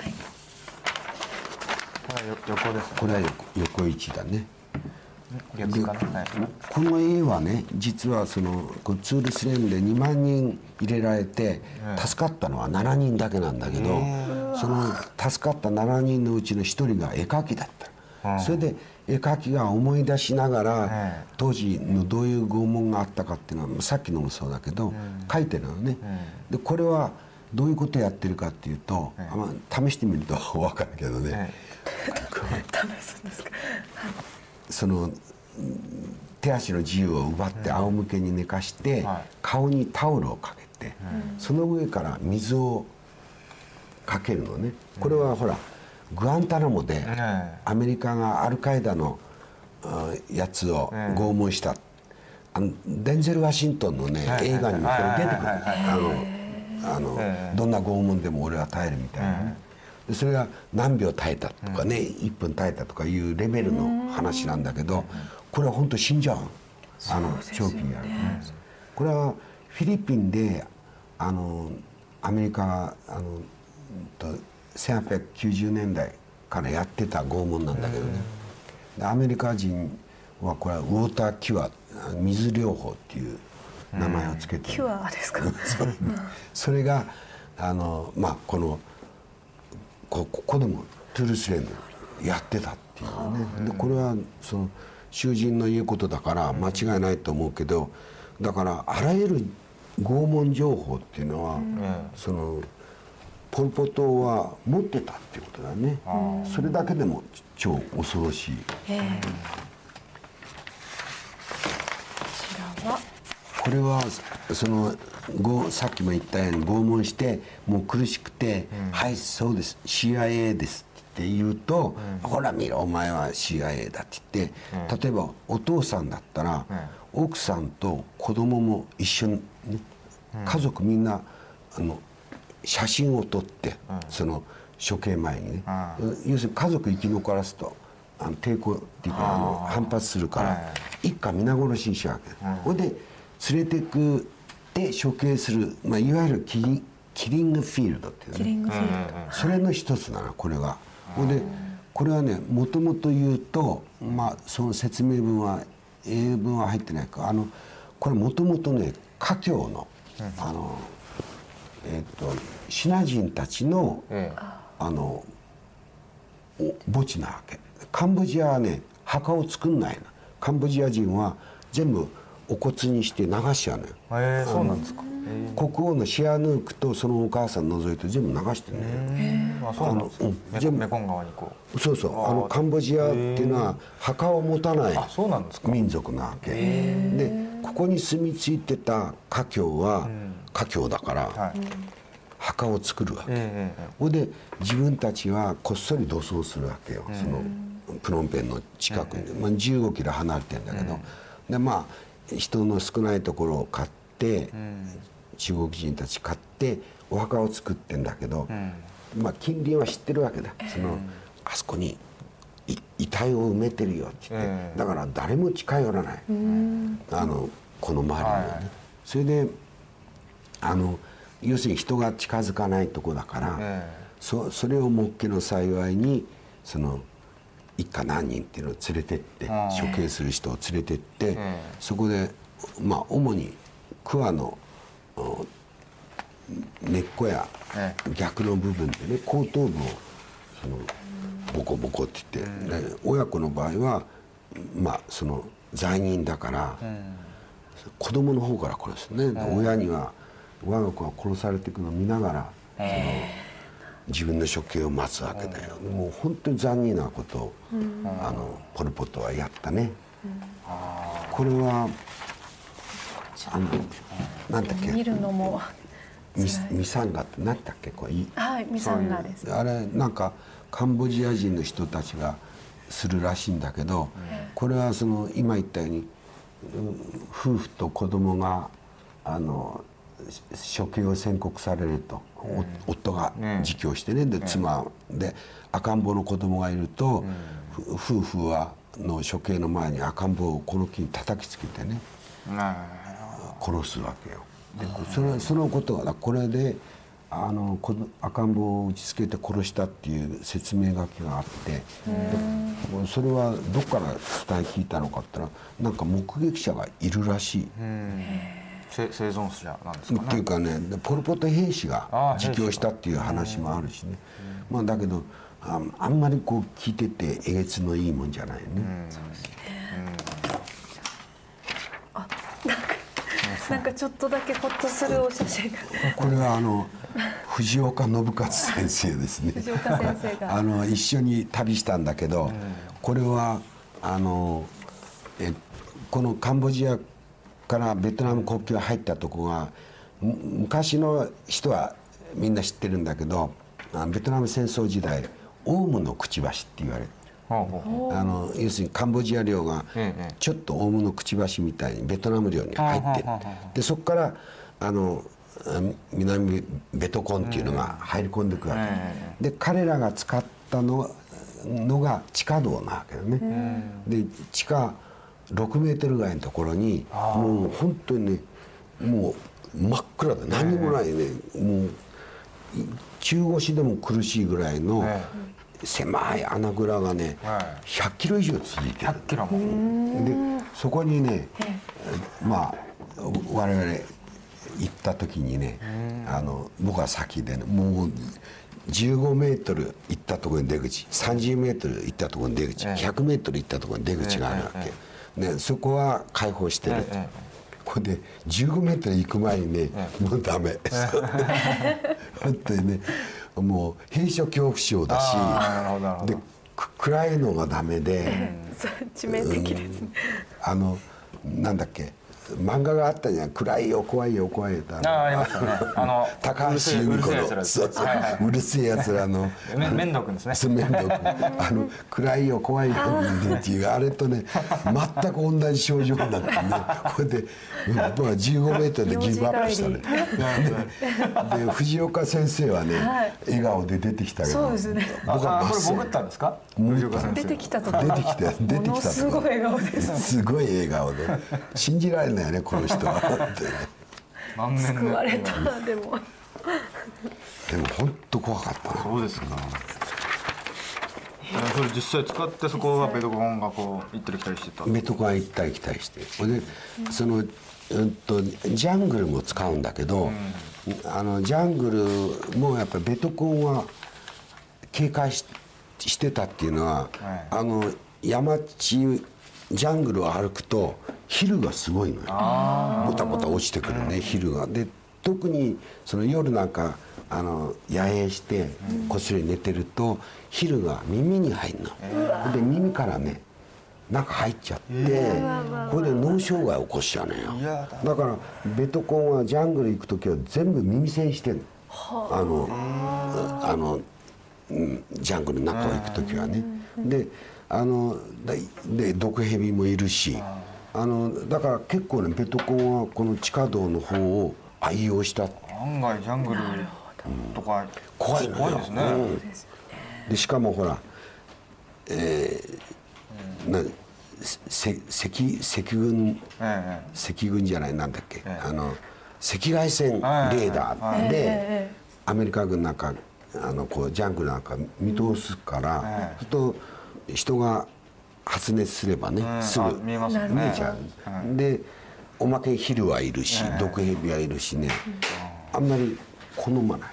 これは横ですね。 これは 横, 横位置だね。 逆かな、はい、 この絵はね実はそのこのツールスレムでにまんにん入れられて助かったのはしちにんだけなんだけど、その助かったしちにんのうちのひとりが絵描きだった。 それで絵描きが思い出しながら当時のどういう拷問があったかっていうのはさっきのもそうだけど書いてるのね。でこれはどういうことをやってるかっていうと、まあ、試してみると分かるけどね、 試すんですか。 その手足の自由を奪って仰向けに寝かして顔にタオルをかけてその上から水をかけるのね。これはほらグアンタナモでアメリカがアルカイダのやつを拷問した、あのデンゼル・ワシントンのね映画にもこれ出てくる。あのあのどんな拷問でも俺は耐えるみたいなね。でそれが何秒耐えたとかね、いっぷん耐えたとかいうレベルの話なんだけど、これは本当死んじゃう、あの長期にやる。これはフィリピンであのアメリカがあのせんはっぴゃくきゅうじゅうねんだいからやってた拷問なんだけどね。でアメリカ人はこれはウォーターキュア、水療法っていう名前をつけて、 キュアですか。 それがあのまあこのこここでもトゥールスレンドやってたっていうね。でこれはその囚人の言うことだから間違いないと思うけど、だからあらゆる拷問情報っていうのは、そのポル・ポトは持ってたっていうことだね。それだけでも超恐ろしい。 えー、こちらはこれはそのさっきも言ったように拷問してもう苦しくて「はいそうです シーアイエー です」って言うと「ほら見ろお前は シーアイエー だ」って言って、例えばお父さんだったら奥さんと子供も一緒にね、家族みんなあの写真を撮ってその処刑前にね、要するに家族生き残らすとあの抵抗っていうかあの反発するから一家皆殺しにしちゃうわけ。ほいで連れてくで処刑する、まあ、いわゆるキリキリングフィールドっていうね、 キリングフィールド、 それの一つだなこれが。ほいでこれはねもともと言うと、まあ、その説明文は英文は入ってないか、あのこれもともとね華僑のあの、えー、とシナ人たちの、あの墓地なわけ。カンボジアはね墓を作んないの。カンボジア人は全部お骨にして流しちゃうのよ。 へえ、そうなんですか。 国王のシアヌークとそのお母さん除いて全部流してるね。 あ、そうなんですか。全部メコン川にこう。そうそう。あのカンボジアっていうのは墓を持たない民族なわけ。でここに住み着いてた華僑は華僑だから。墓を作るわけ。ほいで自分たちはこっそり土葬するわけよ。そのプノンペンの近くに、まあ、じゅうごキロ離れてるんだけど、でまあ人の少ないところを買って、中国人たち買ってお墓を作ってんだけど、まあ近隣は知ってるわけだ。そのあそこに遺体を埋めてるよって言って、だから誰も近寄らない。あのこの周りにはね。それであの要するに人が近づかないとこだから、えー、そ, それをもっけの幸いにその一家何人っていうのを連れてって処刑する人を連れてって、えー、そこでまあ主に桑の根っこや逆の部分でね後頭部をそのボコボコって言って、うん、親子の場合はまあその罪人だから、うん、子供の方から殺すね、うん、親には我が子が殺されていくのを見ながらその自分の処刑を待つわけだよ。もう本当に残忍なことを、うん、あのポル・ポトはやったね。うん、これはあのなんだっけ見るのもミサンガって何だっけこれはいミサンガです。 あれなんかカンボジア人の人たちがするらしいんだけど、うん、これはその今言ったように夫婦と子供があの処刑を宣告されると、うん、夫が自供してね、で妻で赤ん坊の子供がいると、うん、夫婦はの処刑の前に赤ん坊をこの木に叩きつけてね、うん、殺すわけよ。でそれそのことがこれであの赤ん坊を打ちつけて殺したっていう説明書きがあって、うん、それはどっから伝え聞いたのかって言ったらなんか目撃者がいるらしい。うん生存者なんですかね。 っていうかねポル・ポト兵士が自供したっていう話もあるしね、まあ、だけどあ, あんまりこう聞いててえげつのいいもんじゃないね。 そうですね。あ、なんかなんかちょっとだけほっとするお写真が。 これはあの藤岡信勝先生ですね。 藤岡先生があの一緒に旅したんだけど、これはあのえこのカンボジアからベトナム国境入ったとこが昔の人はみんな知ってるんだけど、ベトナム戦争時代オウムのくちばしって言われる。あの要するにカンボジア領がちょっとオウムのくちばしみたいにベトナム領に入ってる。でそこからあの南ベトコンっていうのが入り込んでいくわけで、彼らが使ったののが地下道なわけだね。で地下ろくメートルぐらいのところにもう本当にねもう真っ暗で何もないね、もう中腰でも苦しいぐらいの狭い穴蔵がねひゃっキロ以上続いてる。ひゃっキロも。でそこにねまあ我々行った時にね、あの僕は先でねもうじゅうごメートル行ったところに出口、さんじゅうメートル行ったところに出口、ひゃくメートル行ったところに出口があるわけ、ね、そこは開放してる。これでじゅうごメートル行く前にねもうダメ。本当にねもう閉所恐怖症だし、で暗いのがダメで、 致命的ですね。 あのなんだっけ漫画があったじゃん、暗いよ怖いよ怖いよって。 ああありましたね。あの高橋由美子のうるせえやつらの面倒くんですね。 面倒くんあの暗いよ怖いよっていうあれとね全く同じ症状になってね、これで僕はじゅうごメートルでギブアップしたね。で藤岡先生はね笑顔で出てきたけど、 そうですね。 僕はこれ潜ったんですか？藤岡先生出てきたと出てきて出てきたとものすごい笑顔です。 すごい笑顔で信じられないよねこの人はってね。 救われた。でもでも本当怖かったな。 そうですか。それ実際使ってそこはベトコンがこう行ったり来たりしてた。 ベトコンは行ったり来たりして、でそのうんとジャングルも使うんだけど、うん、あのジャングルもやっぱりベトコンは警戒 し, してたっていうのは、はい、あの山地ジャングルを歩くとヒルがすごいのよ。ボタボタ落ちてくるね、ヒルが。で特にその夜なんかあの野営してこっそり寝てるとヒルが耳に入るの。で耳からね中入っちゃって、これで脳障害を起こしちゃうのよ。だからベトコンはジャングル行く時は全部耳栓してるの。あのあのジャングルの中を行く時はね。であので毒蛇もいるし、あのだから結構ねベトコンはこの地下道の方を愛用した。 案外ジャングルとか、うん、 怖いのよ。怖いですね。うん、でしかもほら、えー、な赤赤軍、ええ、赤軍じゃないなんだっけ、ええ、あの赤外線レーダーで、ええ、アメリカ軍なんかあのこうジャングルなんか見通すから、ええ、と人が発熱すればね、うん、すぐ見えますね、見えちゃう、うん、でおまけヒルはいるし、ええ、毒蛇はいるしね、うん、あんまり好まない。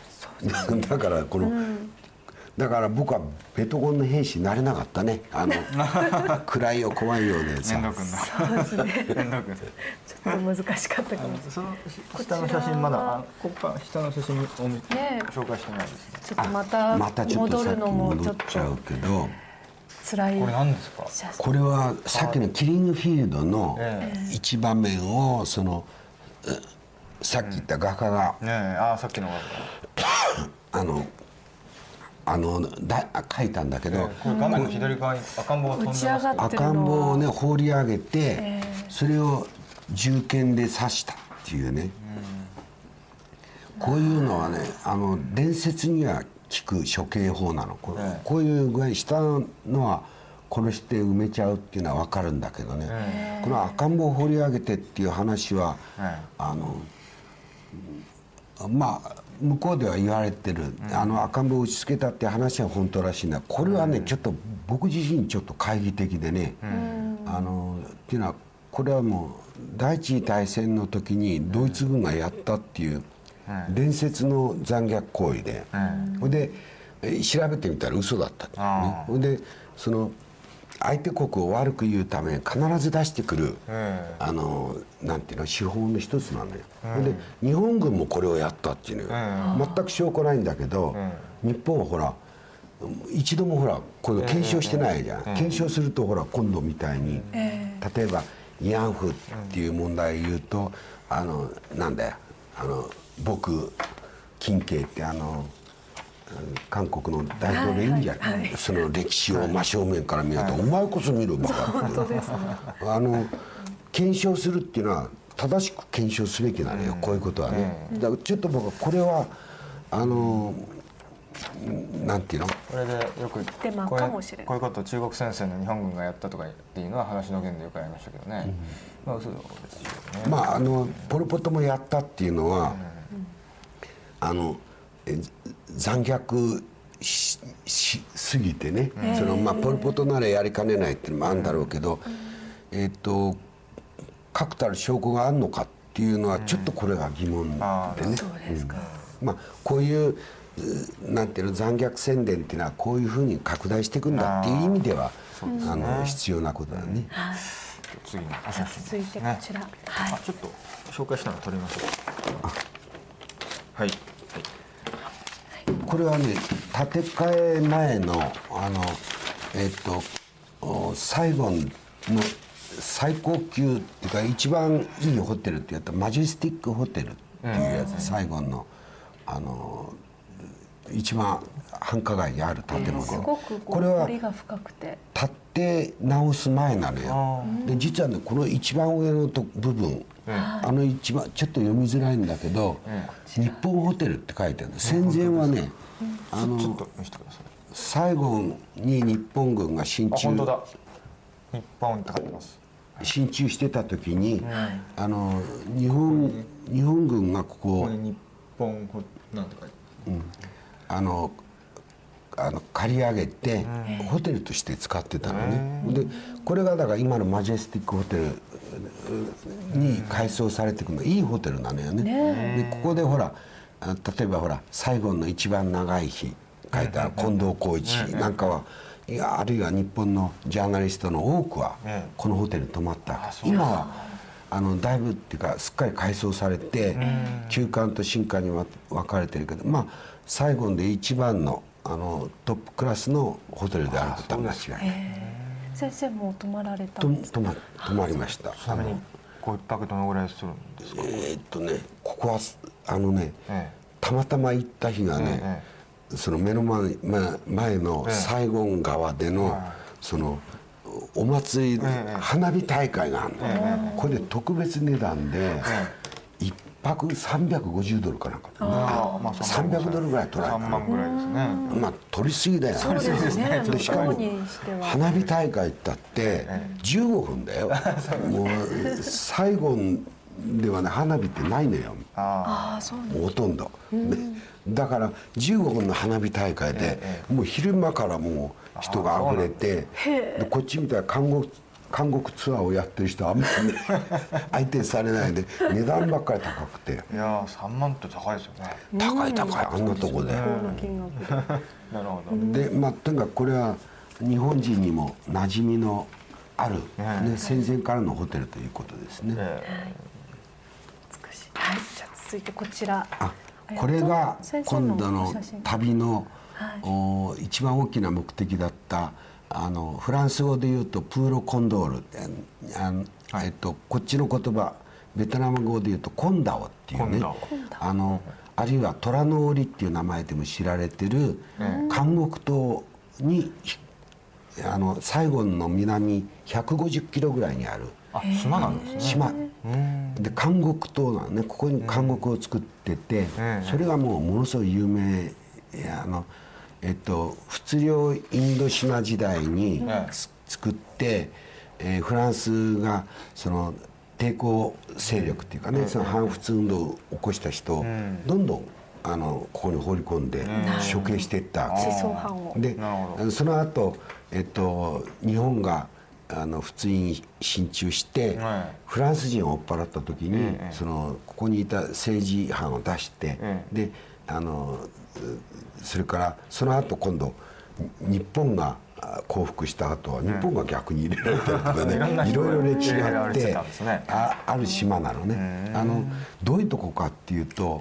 だからこの、うん、だから僕はベトコンの兵士になれなかったね。あの暗いよ怖いよねさ。 そうですね。ちょっと難しかったかも。 その下の写真まだここから下の写真を紹介してないですね。 ちょっとまたまたちょっとさっき戻っちゃうけど。 辛い。 これ何ですか？ これはさっきのキリングフィールドの一場面をそのさっき言った画家が、 うん、ねえ、ああさっきの画家あのあのだ描いたんだけど、 これ画面の左側に赤ん坊が飛んでます。 赤ん坊をね放り上げて、えー、それを銃剣で刺したっていうね、うん、こういうのはねあの伝説には聞く処刑法なの。こ, えー、こういう具合に下のは殺して埋めちゃうっていうのは分かるんだけどね、えー、この赤ん坊を放り上げてっていう話は、えー、あのまあ向こうでは言われてる、うん、あの赤ん坊を打ちつけたって話は本当らしいんだ。これはね、うん、ちょっと僕自身ちょっと懐疑的でね、うん、あのっていうのはこれはもう第一次大戦の時にドイツ軍がやったっていう伝説の残虐行為で、うん、で調べてみたら嘘だったっていうね。でその相手国を悪く言うために必ず出してくる、あのなんていうの手法の一つなのよ。で日本軍もこれをやったっていうのよ。全く証拠ないんだけど、日本はほら一度もほらこれ検証してないじゃん。検証するとほら今度みたいに、例えば慰安婦っていう問題を言うと、あのなんだよあの僕金慶ってあの韓国の大統領いいんじゃない、はいはい、その歴史を真正面から見ると、はい、お前こそ見ろバカ本当ですね。 あの検証するっていうのは正しく検証すべきなのよ、うん、こういうことはね、うん、だからちょっと僕はこれはあのなんていうのこれでよくデマかもしれない。 こういうことを中国戦線の日本軍がやったとかっていうのは話の源でよくありましたけどね、うん、まあ嘘ですよね。 まああのポル・ポトもやったっていうのは、うん、あの残虐ししすぎてね、そのまあポル・ポトならやりかねないっていうのもあるんだろうけど、えっと確たる証拠があるのかっていうのはちょっとこれが疑問でね。まあこういうなんていうの残虐宣伝っていうのはこういうふうに拡大していくんだっていう意味ではあの必要なことだね。 次の続いてこちら、 あちょっと紹介したの取りましょう。はい。 これはね建て替え前のあのえっとサイゴンの最高級っていうか一番いいホテルってやったマジェスティックホテルっていうやつ、サイゴンのあの一番繁華街にある建物、 すごくこれは彫りが深くて建て直す前なのよ。で実はねこの一番上のと部分、あの一番ちょっと読みづらいんだけど、日本ホテルって書いてあるの。戦前はね、あのサイゴンに日本軍が進駐、 本当だ、日本って書いてます。 進駐してた時に、あの日本日本軍がここ、 日本なんて書いてうん、あのあの借り上げてホテルとして使ってたのね。でこれがだから今のマジェスティックホテルに改装されていくのいいホテルなのよね。でここでほら例えばほらサイゴンの一番長い日書いた近藤浩一なんかは、いやあるいは日本のジャーナリストの多くはこのホテルに泊まった。今はあのだいぶっていうかすっかり改装されて旧館と新館に分かれてるけど、まあサイゴンで一番のあのトップクラスのホテルであることは間違いない。 先生も泊まられたんですか？ 泊ま泊まりました。 ちなみにこう一泊どのぐらいするんですか？ えーっとねここはあのね、ええ、たまたま行った日がね、ええ、その目の前前のサイゴン川での、ええ、そのお祭り、ええ、花火大会があるの、ええ、これで特別値段で、ええ、いっぱくさんびゃくごじゅうドルかなんか、あ、まあ、さんびゃくドルぐらい取られた。 さんまんぐらいですね。 まあ取りすぎだよ。 そうですね。 でしかも花火大会ったってじゅうごふんだよ。もうサイゴンではね花火ってないのよ。ああ、そうなんです。ほとんど。だからじゅうごふんの花火大会でもう昼間からもう人があふれて、でこっちみたいな韓国韓国ツアーをやってる人はあんまり、ね、相手にされないで値段ばっかり高くて。 いやさんまんって高いですよね。 高い高いあんなとこで。なるほど。 でまあとにかくこれは日本人にも馴染みのある、ね、戦前からのホテルということですね。はい、 美しい。はい、じゃあ続いてこちら。 あ、これが今度の旅の、はい、お一番大きな目的だった。あのフランス語で言うとプーロ・コンドールって、あの、はい、えっと、こっちの言葉ベトナム語で言うとコンダオっていうね、あのあるいは虎の檻っていう名前でも知られてる監獄島にあのサイゴンの南ひゃくごじゅっキロぐらいにある島なんですね。 島で監獄島なのね。ここに監獄を作ってて、それがもうものすごい有名。あのえっと、仏領インドシナ時代に作って、えー、フランスがその抵抗勢力っていうかね、その反仏運動を起こした人をどんどんあのここに放り込んで処刑していったわけで、その後、えっと日本があの仏印に進駐して、フランス人を追っ払った時に、そのここにいた政治犯を出して、であのそれからその後今度日本が降伏した後は日本が逆に入れられたりとかね、いろいろ歴史があってあある島なのね。あのどういうとこかっていうと、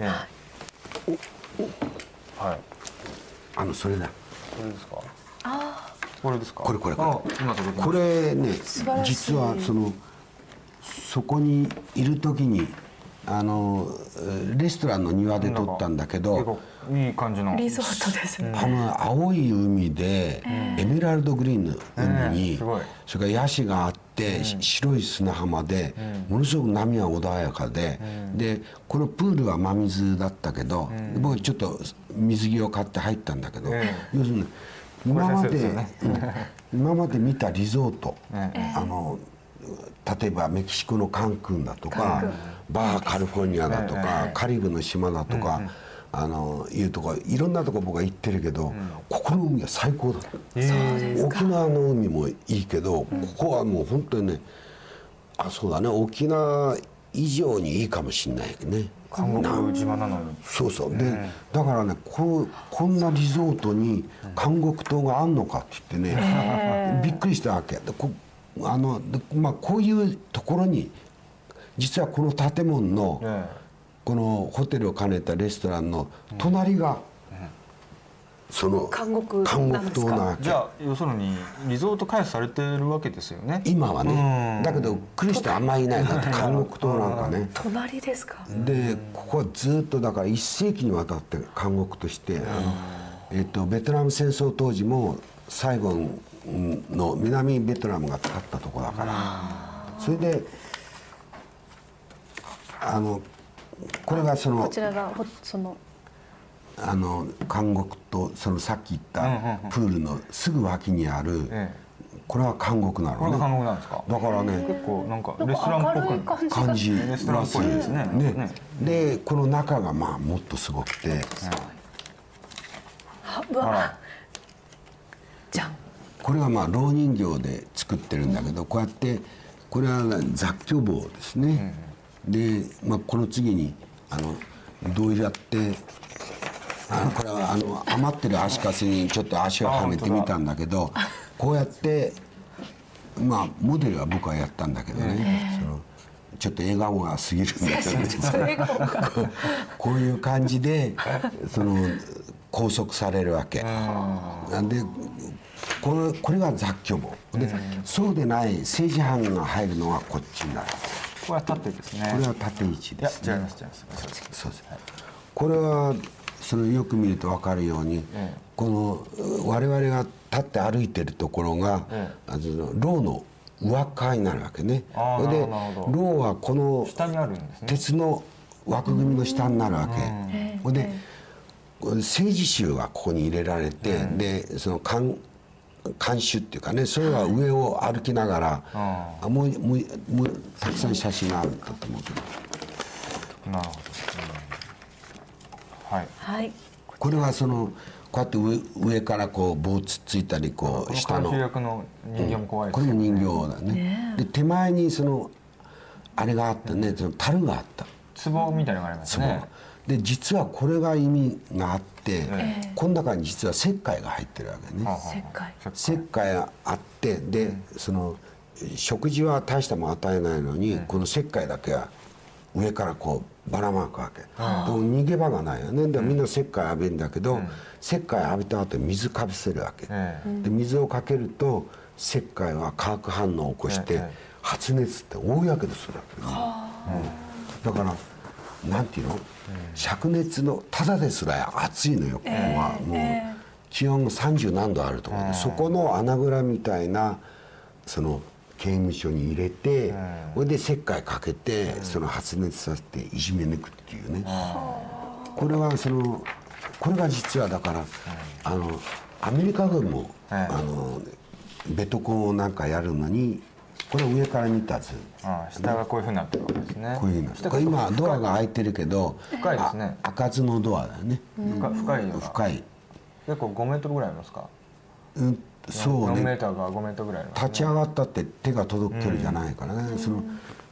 はい、 あのそれだ。 これですか？あ、これですか？ これこれこれ。これね、実はそのそこにいる時にあのレストランの庭で撮ったんだけど、 いい感じのリゾートですね。 あの青い海でエメラルドグリーンの海に、それからヤシがあって白い砂浜でものすごく波は穏やかで、でこのプールは真水だったけど、僕ちょっと水着を買って入ったんだけど、要するに今まで今まで見たリゾート、あの例えばメキシコのカンクンだとかバーカリフォルニアだとかカリブの島だとか、あのいうとこいろんなとこ僕は行ってるけど、ここの海は最高だ。沖縄の海もいいけど、ここはもう本当にね、あ、そうだね、沖縄以上にいいかもしれないね。 韓国島なのに。 そうそうで、だからね、ここんなリゾートに韓国島があんのかって言ってね、びっくりしたわけで、こあので、まあ、こういうところに実はこの建物のこのホテルを兼ねたレストランの隣がその韓国島なわけ。 じゃあ要するにリゾート開発されてるわけですよね、 今はね。だけど来る人あんまりいない。だって韓国島なんかね。 隣ですか。 でここはずっとだからいっ世紀にわたって韓国として、あの、えっと、ベトナム戦争当時もサイゴンの南ベトナムが立ったとこだから、それであのこれがそのこちらがそのあの韓国とそのさっき言ったプールのすぐ脇にある、これは韓国なのね。 これが韓国なんですか。 だからね、 結構なんかレストランっぽく感じレストランっぽいですね。 ね、でこの中がまあもっとすごくて、 うわ、じゃん。 これはまあ蝋人形で作ってるんだけど、こうやってこれは雑居房ですね。で、まあ、この次にあのどうやってあのこれはあの余ってる足かせにちょっと足をはめてみたんだけど、こうやってまあモデルは僕はやったんだけどね、そのちょっと笑顔が過ぎるんだけどこういう感じでその拘束されるわけなんで、これこれが雑居房で、そうでない政治犯が入るのはこっちになる。 これは縦ですね。 これは縦位置ですね。 いや違います違います。 そうです。これはそのよく見ると分かるように、この我々が立って歩いてるところが、あの牢の上側になるわけね。それで牢はこの鉄の枠組みの下になるわけ。それで政治囚がここに入れられて、でその監監守っていうかね、それは上を歩きながら、あもうもうもうたくさん写真があるんだと思うけど。 なるほど。はい。 はい。 これはそのこうやって上上からこう棒つっついたりこう下の。 監修役の人形も怖いですね。これも人形だね。で手前にそのあれがあったね、その樽があった。 壺みたいなのがありますね。 で実はこれが意味があって、この中に実は石灰が入ってるわけね。 石灰。 石灰があって、でその食事は大したもん与えないのに、この石灰だけは上からこうばらまくわけ。でも逃げ場がないよね。でみんな石灰浴びるんだけど、石灰浴びた後水かぶせるわけ。で水をかけると石灰は化学反応を起こして発熱って大やけどするわけね。だからなんていうの、灼熱のただですら暑いのよ。ここはもう気温さんじゅうなんどあるところで、そこの穴蔵みたいなその刑務所に入れて、それで石灰かけてその発熱させていじめ抜くっていうね。これはそのこれが実はだからあのアメリカ軍もあのベトコンをなんかやるのに、これ上から見た図。 ああ、下がこういうふうになってるわけですね。 こういうふうになってる。これ今ドアが開いてるけど、 深いですね。 開かずのドアだよね。 深いよ。 深い。 結構ごメートルぐらいありますか。 うん、そうね。 よんメーターかごメートルぐらい。 立ち上がったって手が届く距離じゃないからね。その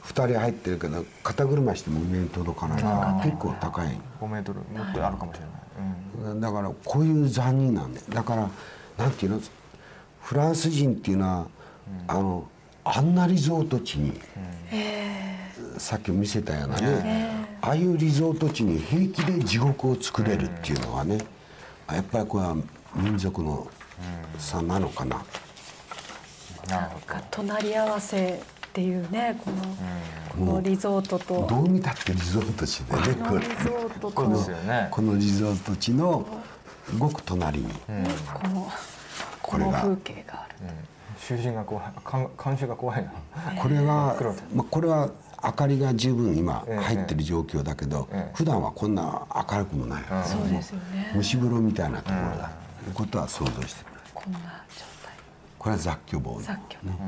ふたり入ってるけど肩車しても上に届かないから結構高い。 ごメートルもっとあるかもしれない、 うん、だからこういう残忍なんで、だからなんていうの、フランス人っていうのは、うん、あのあんなリゾート地に、うん、さっき見せたようなね、ああいうリゾート地に平気で地獄を作れるっていうのはね、やっぱりこれは民族の差なのかな。 なんか隣り合わせっていうね、この、このリゾートとどう見たってリゾート地でね、 このリゾートとこのこのリゾート地のごく隣に、 うん、このこの風景がある。 囚人が怖い、監視が怖いな。 これが、まあ、これは明かりが十分今入ってる状況だけど、ええ、普段はこんな明るくもないから、 そうですよね。 蒸し風呂みたいなところだということは想像してくる。 こんな状態。 これは雑居房、ね、 雑居房、うん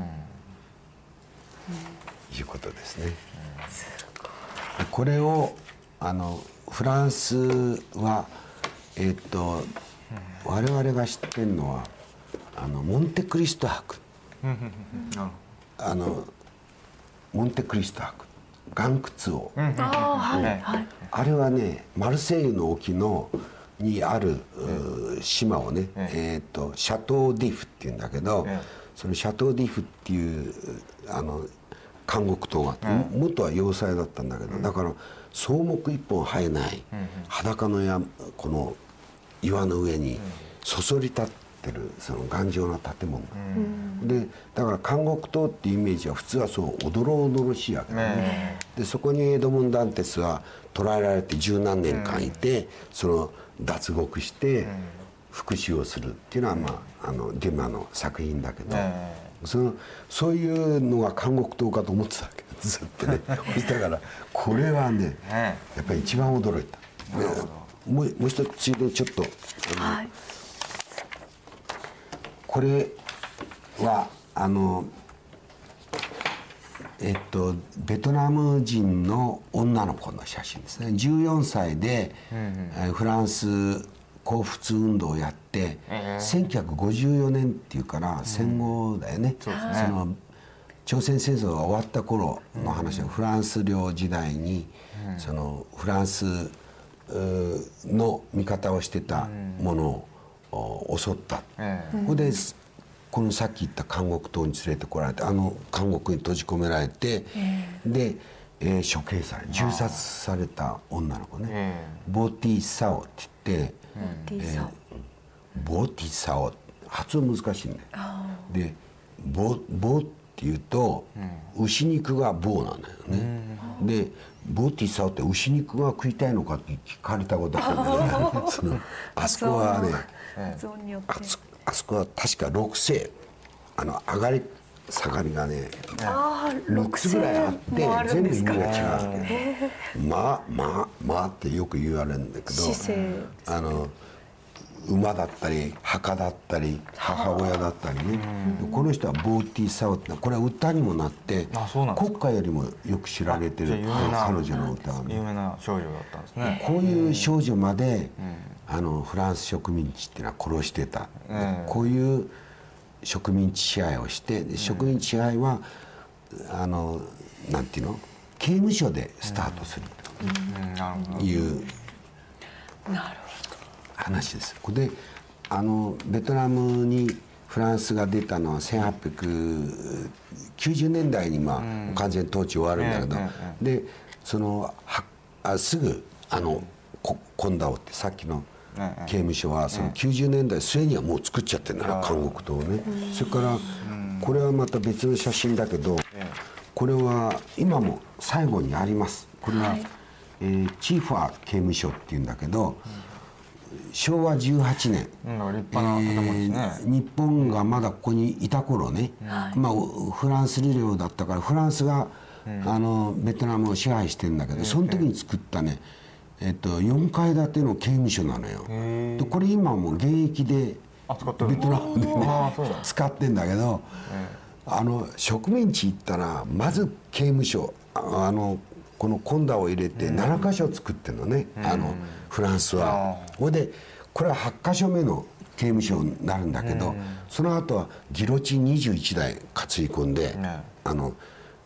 いうことですね。うん、これをあのフランスはえっと、うん、我々が知ってるのはあのモンテクリスト博、あのモンテクリスト博、岩窟王、うん、あ, はいはい、あれはねマルセイユの沖のにある、うん、島をね、えええー、とシャトー・ディフっていうんだけど、ええ、そのシャトー・ディフっていうあの監獄島があって、うん、元は要塞だったんだけど、うん、だから草木一本生えない、うん、裸のやこの岩の上にそそり立ってるその頑丈な建物、うん、でだから監獄島っていうイメージは普通はそうおどろおどろしいわけだね、うん、でそこにエドモン・ダンテスは捕らえられて十何年間いて、うん、その脱獄して復讐をするっていうのは、まあ、あのデュマの作品だけど、うん、そのそういうのが監獄島かと思ってたわけずっとねだからこれはねやっぱり一番驚いた。もうもう一つついでちょっとあの、はい、これはあのえっとベトナム人の女の子の写真ですね。じゅうよんさいで、うんうん、フランス光復運動をやって、えー、せんきゅうひゃくごじゅうよねんっていうから、うん、戦後だよね、そうですね、その朝鮮戦争が終わった頃の話は、うん、フランス領時代に、うん、そのフランスの味方をしてたものを襲った、うん、ここでこのさっき言った監獄島に連れてこられて、あの監獄に閉じ込められて、うん、で、えー、処刑され銃殺された女の子ね、うん、ボティサオって言って、うん、えー、ボティサオ発音難しいね。でボボっていうと、うん、牛肉がボーなんだよね、うん、でボティサオって牛肉が食いたいのかって聞かれたことあるんだけどそのあそこはね、発音によってあそあそこは確かろく世あの上がり下がりがねみっつぐらいあって全部意味が違うわけ。まあまあまあってよく言われるんだけど、あの馬だったり墓だったり母親だったりね、この人はボーティーサオってこれは歌にもなって国歌よりもよく知られてる彼女の歌はね、 有名な少女だったんですね。 こういう少女まであのフランス植民地っていうのは殺してた、こういう植民地支配をして、植民地支配はあのなんていうの刑務所でスタートするという話です。であのベトナムにフランスが出たのはせんはっぴゃくきゅうじゅうねんだいに、まあ、完全統治終わるんだけど、でそのはあすぐあのコンダオってさっきの刑務所はそのきゅうじゅうねんだい末にはもう作っちゃってるんだよ監獄島をね。それからこれはまた別の写真だけど、これは今も最後にあります。これは、はい、えー、チーファー刑務所っていうんだけど、しょうわじゅうはちねん、 うん、立派な建物ですね、 えー、日本がまだここにいた頃ね、うん、まあ、フランス領だったからフランスが、うん、あのベトナムを支配してるんだけど、その時に作ったね、えっと、よんかい建ての刑務所なのよ。でこれ今も現役でベトナムでね使ってんだけど、あの植民地行ったらまず刑務所あのこのコンダを入れてななかしょ作ってるのね、あのフランスは。ほいでこれははちかしょめの刑務所になるんだけど、その後はギロチンにじゅういちだい担い込んで、あの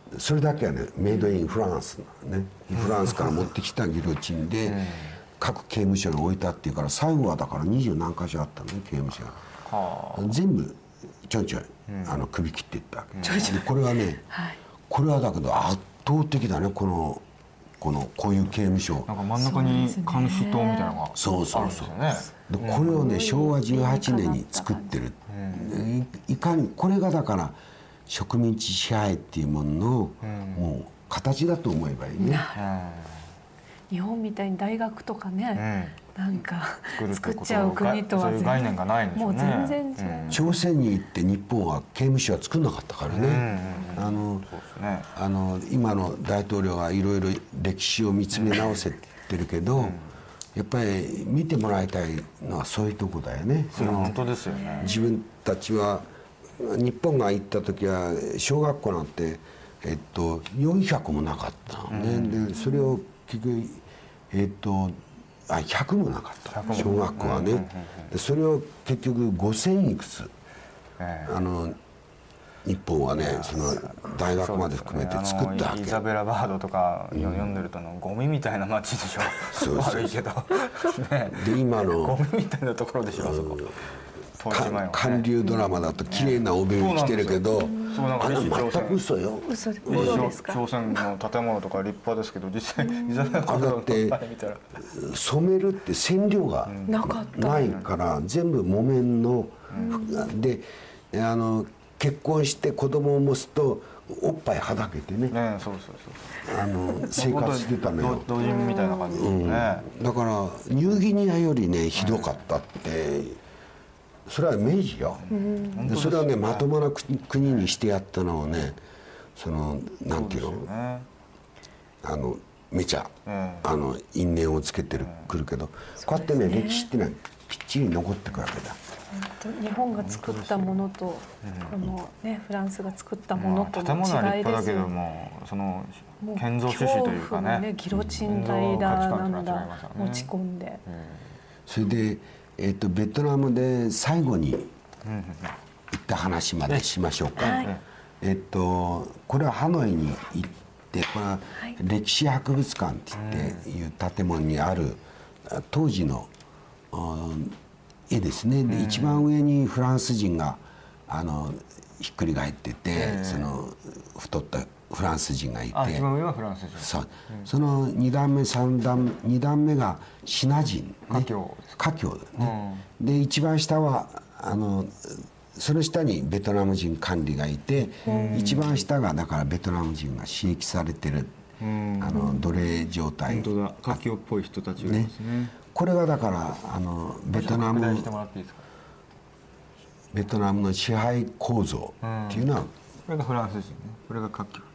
それだけはねメイドインフランスなのね。フランスから持ってきたギロチンで各刑務所に置いたっていうから、最後はだから二十何箇所あったのね、刑務所が。全部ちょいちょいあの首切っていったわけ。でこれはね、これはだけど圧倒的だね、このこのこういう刑務所。 なんか真ん中に監視塔みたいなのがあるんですよね。そうそうそう。 でこれをねしょうわじゅうはちねんに作ってる。いかにこれがだから植民地支配っていうもののもう形だと思えばいいね。 日本みたいに大学とかね、なんか作っちゃう国とはそういう概念がないんでしょうね。 もう全然違う。 朝鮮に行って日本は刑務所は作んなかったからね。あのあの今の大統領はいろいろ歴史を見つめ直せてるけど、やっぱり見てもらいたいのはそういうとこだよね。 その本当ですよね。 自分たちは日本が行った時は小学校なんてえっとよんひゃくもなかったのね。でそれを結局えっとあひゃくもなかった小学校はね。でそれを結局ごせんいくつあの日本はねその大学まで含めて作ったわけ。 イザベラ・バードとか読んでるとのゴミみたいな街でしょ。そう悪いけどで今のゴミみたいなところでしょあそこ。 韓流ドラマだと綺麗なおべを着てるけど、あれ全く嘘よ。 嘘ですか。 朝鮮の建物とか立派ですけど、実際イザベラ・バードのあれって染めるって染料がないから全部木綿ので、あの結婚して子供を持つとおっぱいはだけてね、 そうそうそう、 あの生活してたのよ。 同人みたいな感じですね。 だからニューギニアよりねひどかったって。それは明治よ。でそれはねまともな国にしてやったのをね、そのなんていうの、あのめちゃあの因縁をつけてるくるけど、こうやってね歴史ってのはぴっちり残ってくわけだ。 日本が作ったものとこのねフランスが作ったものとの違いですよ。 建物は立派だけども、その建造趣旨というかね、 ギロチン台だなんだ持ち込んで。 それで。えっとベトナムで最後に行った話までしましょうか。はい、えっとこれはハノイに行って、これは歴史博物館っていう建物にある当時の絵ですね。で一番上にフランス人があのひっくり返ってて、その太ったフランス人がいて、 一番上はフランス人。 そう、そのに段目さん段に段目がシナ人、ね、 華僑華僑だね。うん、で一番下はあのその下にベトナム人管理がいて、うん、一番下がだからベトナム人が刺激されてる、うん、あの奴隷状態。 本当だ、華僑っぽい人たちがいますね。ね、 これがだからあのベトナムベトナムの支配構造っていうのは、うん、これがフランス人ね、これが華僑ですね。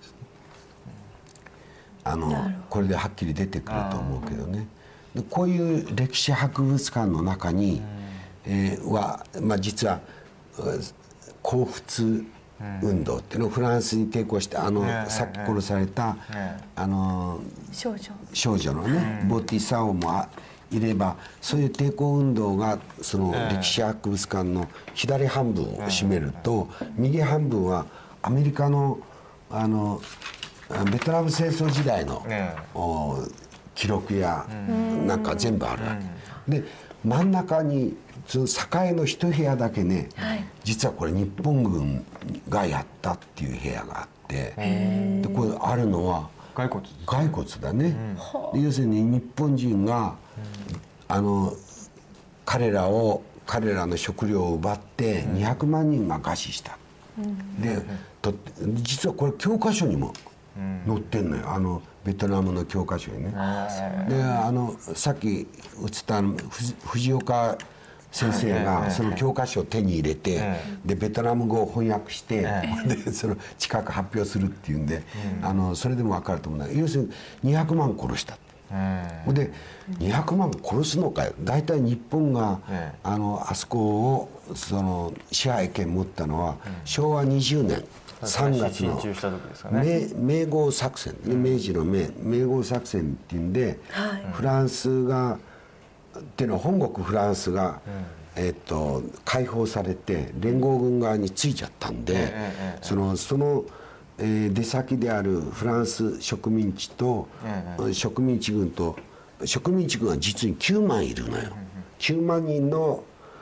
あのこれではっきり出てくると思うけどね。でこういう歴史博物館の中に、うん、えー、は、まあ、実は光復運動っていうのをフランスに抵抗して、あの、ね、さっき殺された、ね、あの少女少女のね、うん、ボティサオもいれば、そういう抵抗運動がその歴史博物館の左半分を占めると、右半分はアメリカのあのベトナム戦争時代の、ね、記録やなんか全部あるわけ、うん、で真ん中にその境の一部屋だけね、はい、実はこれ日本軍がやったっていう部屋があって、でこれあるのは骸骨骸骨だね、うん、要するに日本人が、うん、あの彼らを彼らの食料を奪ってにひゃくまんにんが餓死した、うん、でと実はこれ教科書にも載ってんのよ、あのベトナムの教科書にね。であのさっき映った藤岡先生がその教科書を手に入れて、でベトナム語を翻訳して、でその近く発表するっていうんで、あのそれでも分かると思うんだけど、要するににひゃくまん殺した。でにひゃくまん殺すのかよ。大体日本があのあそこをその支配権持ったのはしょうわにじゅうねんさんがつの明郷作戦、ね、明治の明明郷作戦っていうんで、はい、フランスがっていうのは本国フランスが、うん、えー、と解放されて連合軍側についちゃったんで、うん、そのそのえー、出先であるフランス植民地と、ええ、植民地軍と植民地軍は実にきゅうまんいるのよ。きゅうまんにんの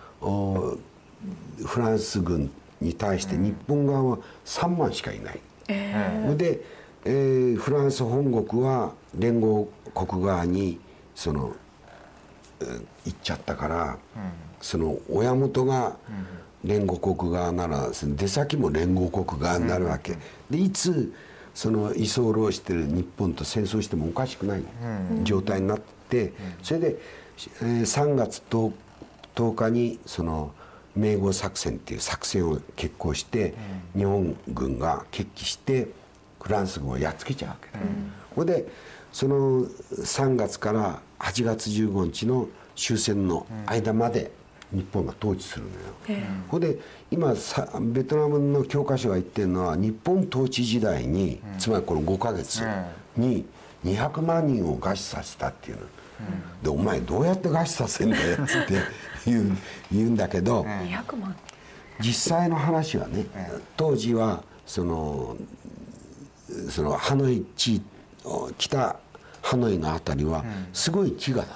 フランス軍に対して日本側はさんまんしかいない。えー、で、えー、フランス本国は連合国側にその、えー、行っちゃったから、うん、その親元が連合国側なら出先も連合国側になるわけ、うん、でいつその居候してる日本と戦争してもおかしくない状態になって、うん、それで、えー、さんがつとおかにその名護作戦っていう作戦を決行して、うん、日本軍が決起してフランス軍をやっつけちゃうわけだ、うん、これでそのさんがつからはちがつじゅうごにちの終戦の間まで日本が統治するのよ、うん、これで今さベトナムの教科書が言ってるのは日本統治時代に、うん、つまりこのごかげつににひゃくまんにんを餓死させたっていうの、うん、でお前どうやって餓死させんだよって言う、言うんだけど、にひゃくまん実際の話はね、当時はそのそのハノイ地北ハノイの辺りはすごい飢餓だった、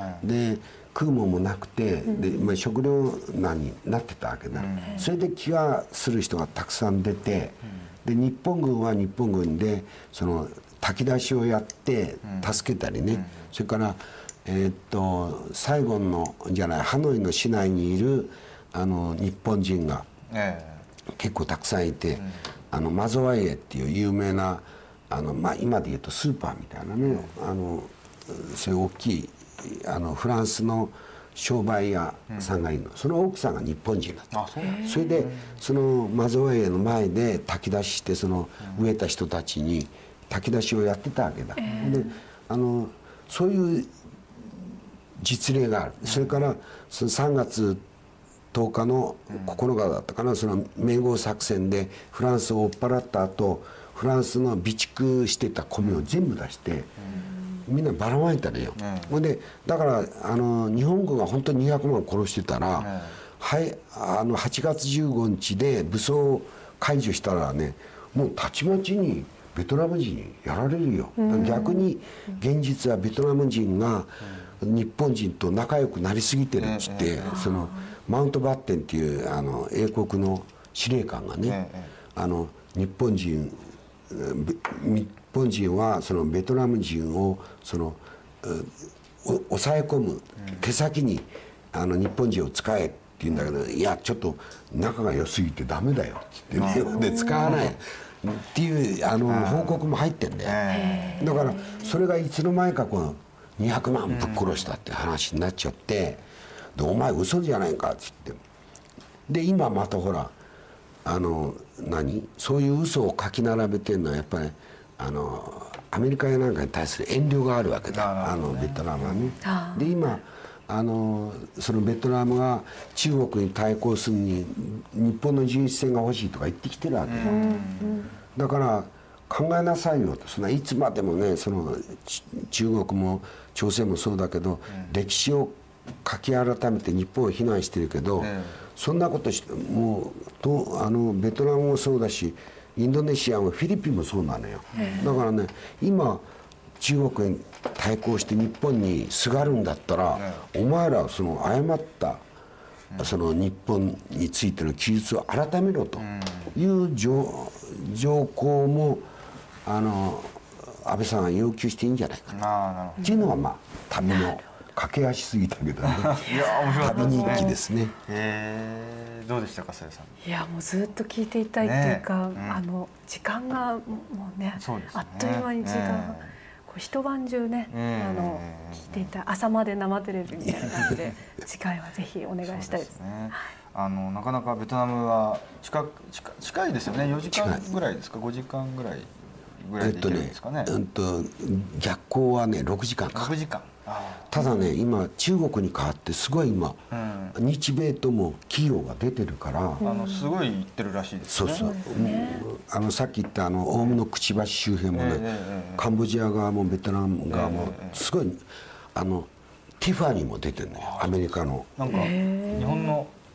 うん、で食うもんもなくて、うん、で、まあ、食糧難になってたわけだ、うん、それで飢餓する人がたくさん出て、うん、で日本軍は日本軍でその炊き出しをやって助けたりね、うん、それからえー、っとサイゴンのじゃないハノイの市内にいるあの日本人が結構たくさんいて、うん、あのマゾワイエっていう有名なあの、まあ、今で言うとスーパーみたいなね、あのそういう大きいあのフランスの商売屋さんがいるの、うん、その奥さんが日本人だった。そ, それでそのマゾワイエの前で炊き出ししてその飢えた人たちに炊き出しをやってたわけだ、えー、であのそういう実例がある。それからそのさんがつとおかのここのかだったかな、その名護作戦でフランスを追っ払った後フランスの備蓄してた米を全部出してみんなばらまいたのよ、ほんでだからあの日本軍が本当ににひゃくまん殺してたら、はい、あのはちがつじゅうごにちで武装解除したらね、もうたちまちにベトナム人にやられるよ、逆に現実はベトナム人が日本人と仲良くなりすぎてるっつって、そのマウントバッテンっていうあの英国の司令官がね、あの日本人日本人はそのベトナム人をその抑え込む手先にあの日本人を使えって言うんだけど、いやちょっと仲が良すぎてダメだよって言ってね、で使わないっていうあの報告も入ってんだよ。だからそれがいつの間にかこのにひゃくまんぶっ殺したって話になっちゃって、でお前嘘じゃないかって言って、で今またほらあの何そういう嘘を書き並べてるのはやっぱりあのアメリカやなんかに対する遠慮があるわけだ、あのベトナムはね。で今あのそのベトナムが中国に対抗するに日本の巡視船が欲しいとか言ってきてるわけだ、うん、だから考えなさいよと。そんないつまでもねその中国も朝鮮もそうだけど、うん、歴史を書き改めて日本を非難してるけど、うん、そんなことしてもうとあのベトナムもそうだしインドネシアもフィリピンもそうなのよ、うん、だからね今中国に対抗して日本にすがるんだったら、うん、お前らその誤ったその日本についての記述を改めろという条項もあの安倍さんが要求していいんじゃないかなっていうのはまあ旅の駆け足すぎたけどね。いや面白かったですね。旅日記ですね。 えー、どうでしたか、さやさん。 いやもうずっと聞いていたいっていうか、ねうん、あの時間がもう ね, ねあっという間に時間、えーこう一晩中ね、あの聞いていた朝まで生テレビみたいな感じで次回はぜひお願いしたいです。ですね、 はい、あのなかなかベトナムは近く 近, 近いですよね。よじかんぐらいですか、ごじかんぐらいぐらいで行けるんですかね。 えっとね、うんと逆行はねろくじかんかかる。 ろくじかん。 ただね今中国に代わってすごい今、うん、日米とも企業が出てるから、 あのすごい行ってるらしいですね。 そうそう、あのさっき言ったあのオウムのくちばし周辺もね、えー、カンボジア側もベトナム側もすごい、あのティファニーも出てるのよ、アメリカの。 なんか日本の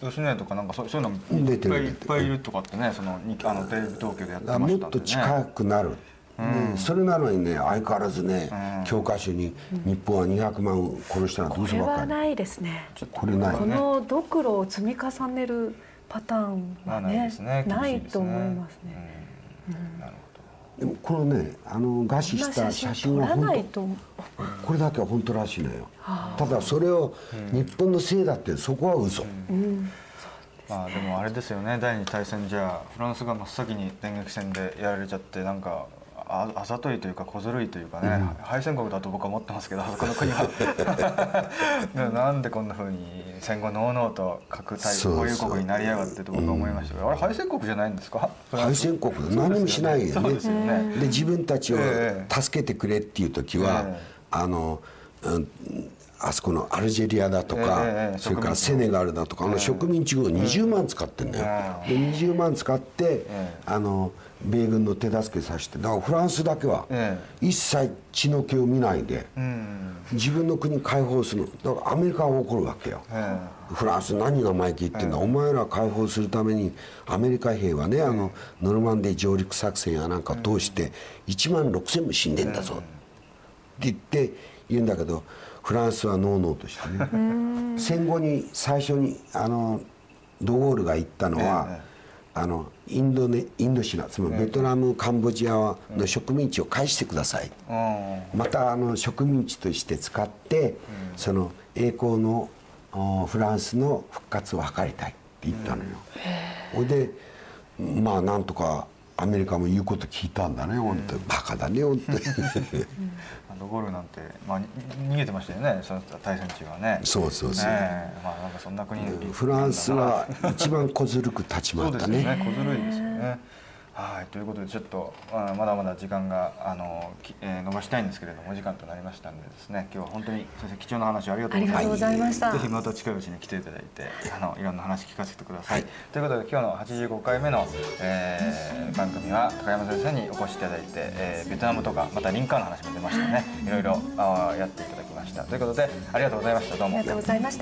吉野家とかなんかそういうのもいっぱいいっぱいいるとかってね、そのあのテレビ東京でやってましたんでね。 もっと近くなる。うん、それなのにね、相変わらずね、うん、教科書に日本はにひゃくまん殺したなんて嘘ばっかり。 これはないですね。 これない。 このドクロを積み重ねるパターンはね、ないと思いますね。 でもこのね、あの餓死した写真は本当、これだけは本当らしいのよ。ただそれを日本のせいだって、そこは嘘。 まあでもあれですよね、第二次大戦じゃフランスが真っ先に電撃戦でやられちゃって、なんかああざといというか小ずるいというかね、うん、敗戦国だと僕は思ってますけど、あそこの国はなんでこんなふうに戦後のうのうと核大保有国になりやがってと僕は思いましたけど、うん、あれ敗戦国じゃないんですか？ 敗戦国何もしないよね。で、ね、で自分たちを助けてくれっていう時は、えー、あの、うんあそこのアルジェリアだとか、えー、それからセネガルだとか、あの植民地軍をにじゅうまん使ってんだよ、えー、でにじゅうまん使って、えー、あの米軍の手助けさせて、だからフランスだけは一切血の気を見ないで、えー、自分の国解放するの。だからアメリカは怒るわけよ、えー、フランス何生意気言ってんだ、えー、お前ら解放するためにアメリカ兵はね、あのノルマンディー上陸作戦やなんか通していちまんろくせんも死んでんだぞ、えー、って言って言うんだけど、フランスはノーノーとしてね。戦後に最初にあのドゴールが言ったのは、ええ、あのインドネインドシナ、つまりベトナム、カンボジアの植民地を返してください、ええ、またあの植民地として使って、ええ、その栄光のフランスの復活を図りたいって言ったのよ。それでまあなんとかアメリカも言うこと聞いたんだね、本当にバカだね本当に。 ドゴールなんて、まあ、逃げてましたよね、その大戦中はね。 そうそうそう、 ね、まあなんかそんな国にフランスは一番小ずるく立ち回ったね。そうですね、小ずるいですよね。はい、ということでちょっと、まあ、まだまだ時間があの、えー、伸ばしたいんですけれども、お時間となりましたのでですね、今日は本当に先生貴重な話ありがとうございました。ぜひまた近いうちに来ていただいて、あのいろんな話聞かせてください、はい、ということで今日のはちじゅうごかいめの、えー、番組は高山先生にお越しいただいて、えー、ベトナムとかまたリンカーンの話も出ましたね、いろいろあやっていただきました。ということでありがとうございました。どうもありがとうございました。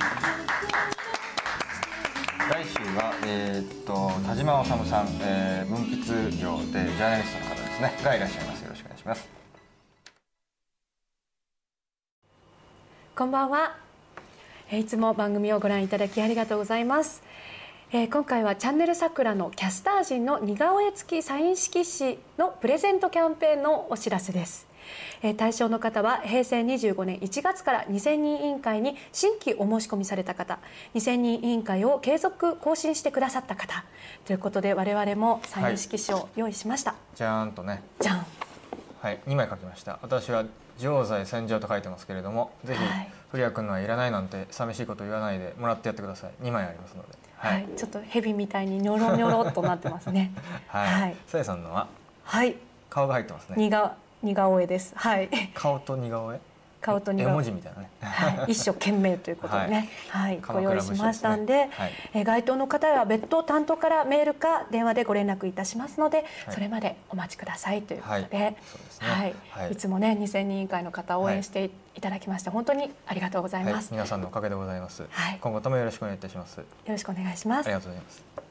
来週は、えー、っと田島治さん、えー、文筆業でジャーナリストの方ですねがいらっしゃいます。よろしくお願いします。 こんばんは。いつも番組をご覧いただきありがとうございます。えー、今回はチャンネル桜のキャスター陣の似顔絵付きサイン色紙のプレゼントキャンペーンのお知らせです。えー、対象の方はへいせいにじゅうごねんいちがつからにせんにん委員会に新規お申し込みされた方、にせんにん委員会を継続更新してくださった方ということで、我々もサイン色紙を用意しました。はい、 じゃーんとね。 じゃん。 はい、にまい書きました。私は常在戦場と書いてますけれども、ぜひ、はい、古谷君のはいらないなんて寂しいこと言わないでもらってやってください。にまいありますので。 はい、はい、ちょっと蛇みたいにニョロニョロっとなってますね。 はい。さやさんのは、 はい、 顔が入ってますね。 似顔似顔絵です。はい。 顔と似顔絵。 顔と似顔絵。 絵文字みたいなね。 はい。一生懸命ということでね。はい。ご用意しましたんで、え該当の方は別途担当からメールか電話でご連絡いたしますので、それまでお待ちくださいということで、はい。いつもねにせんにん委員会の方応援していただきまして本当にありがとうございます。 皆さんのおかげでございます。はい。今後ともよろしくお願いいたします。よろしくお願いします。 ありがとうございます。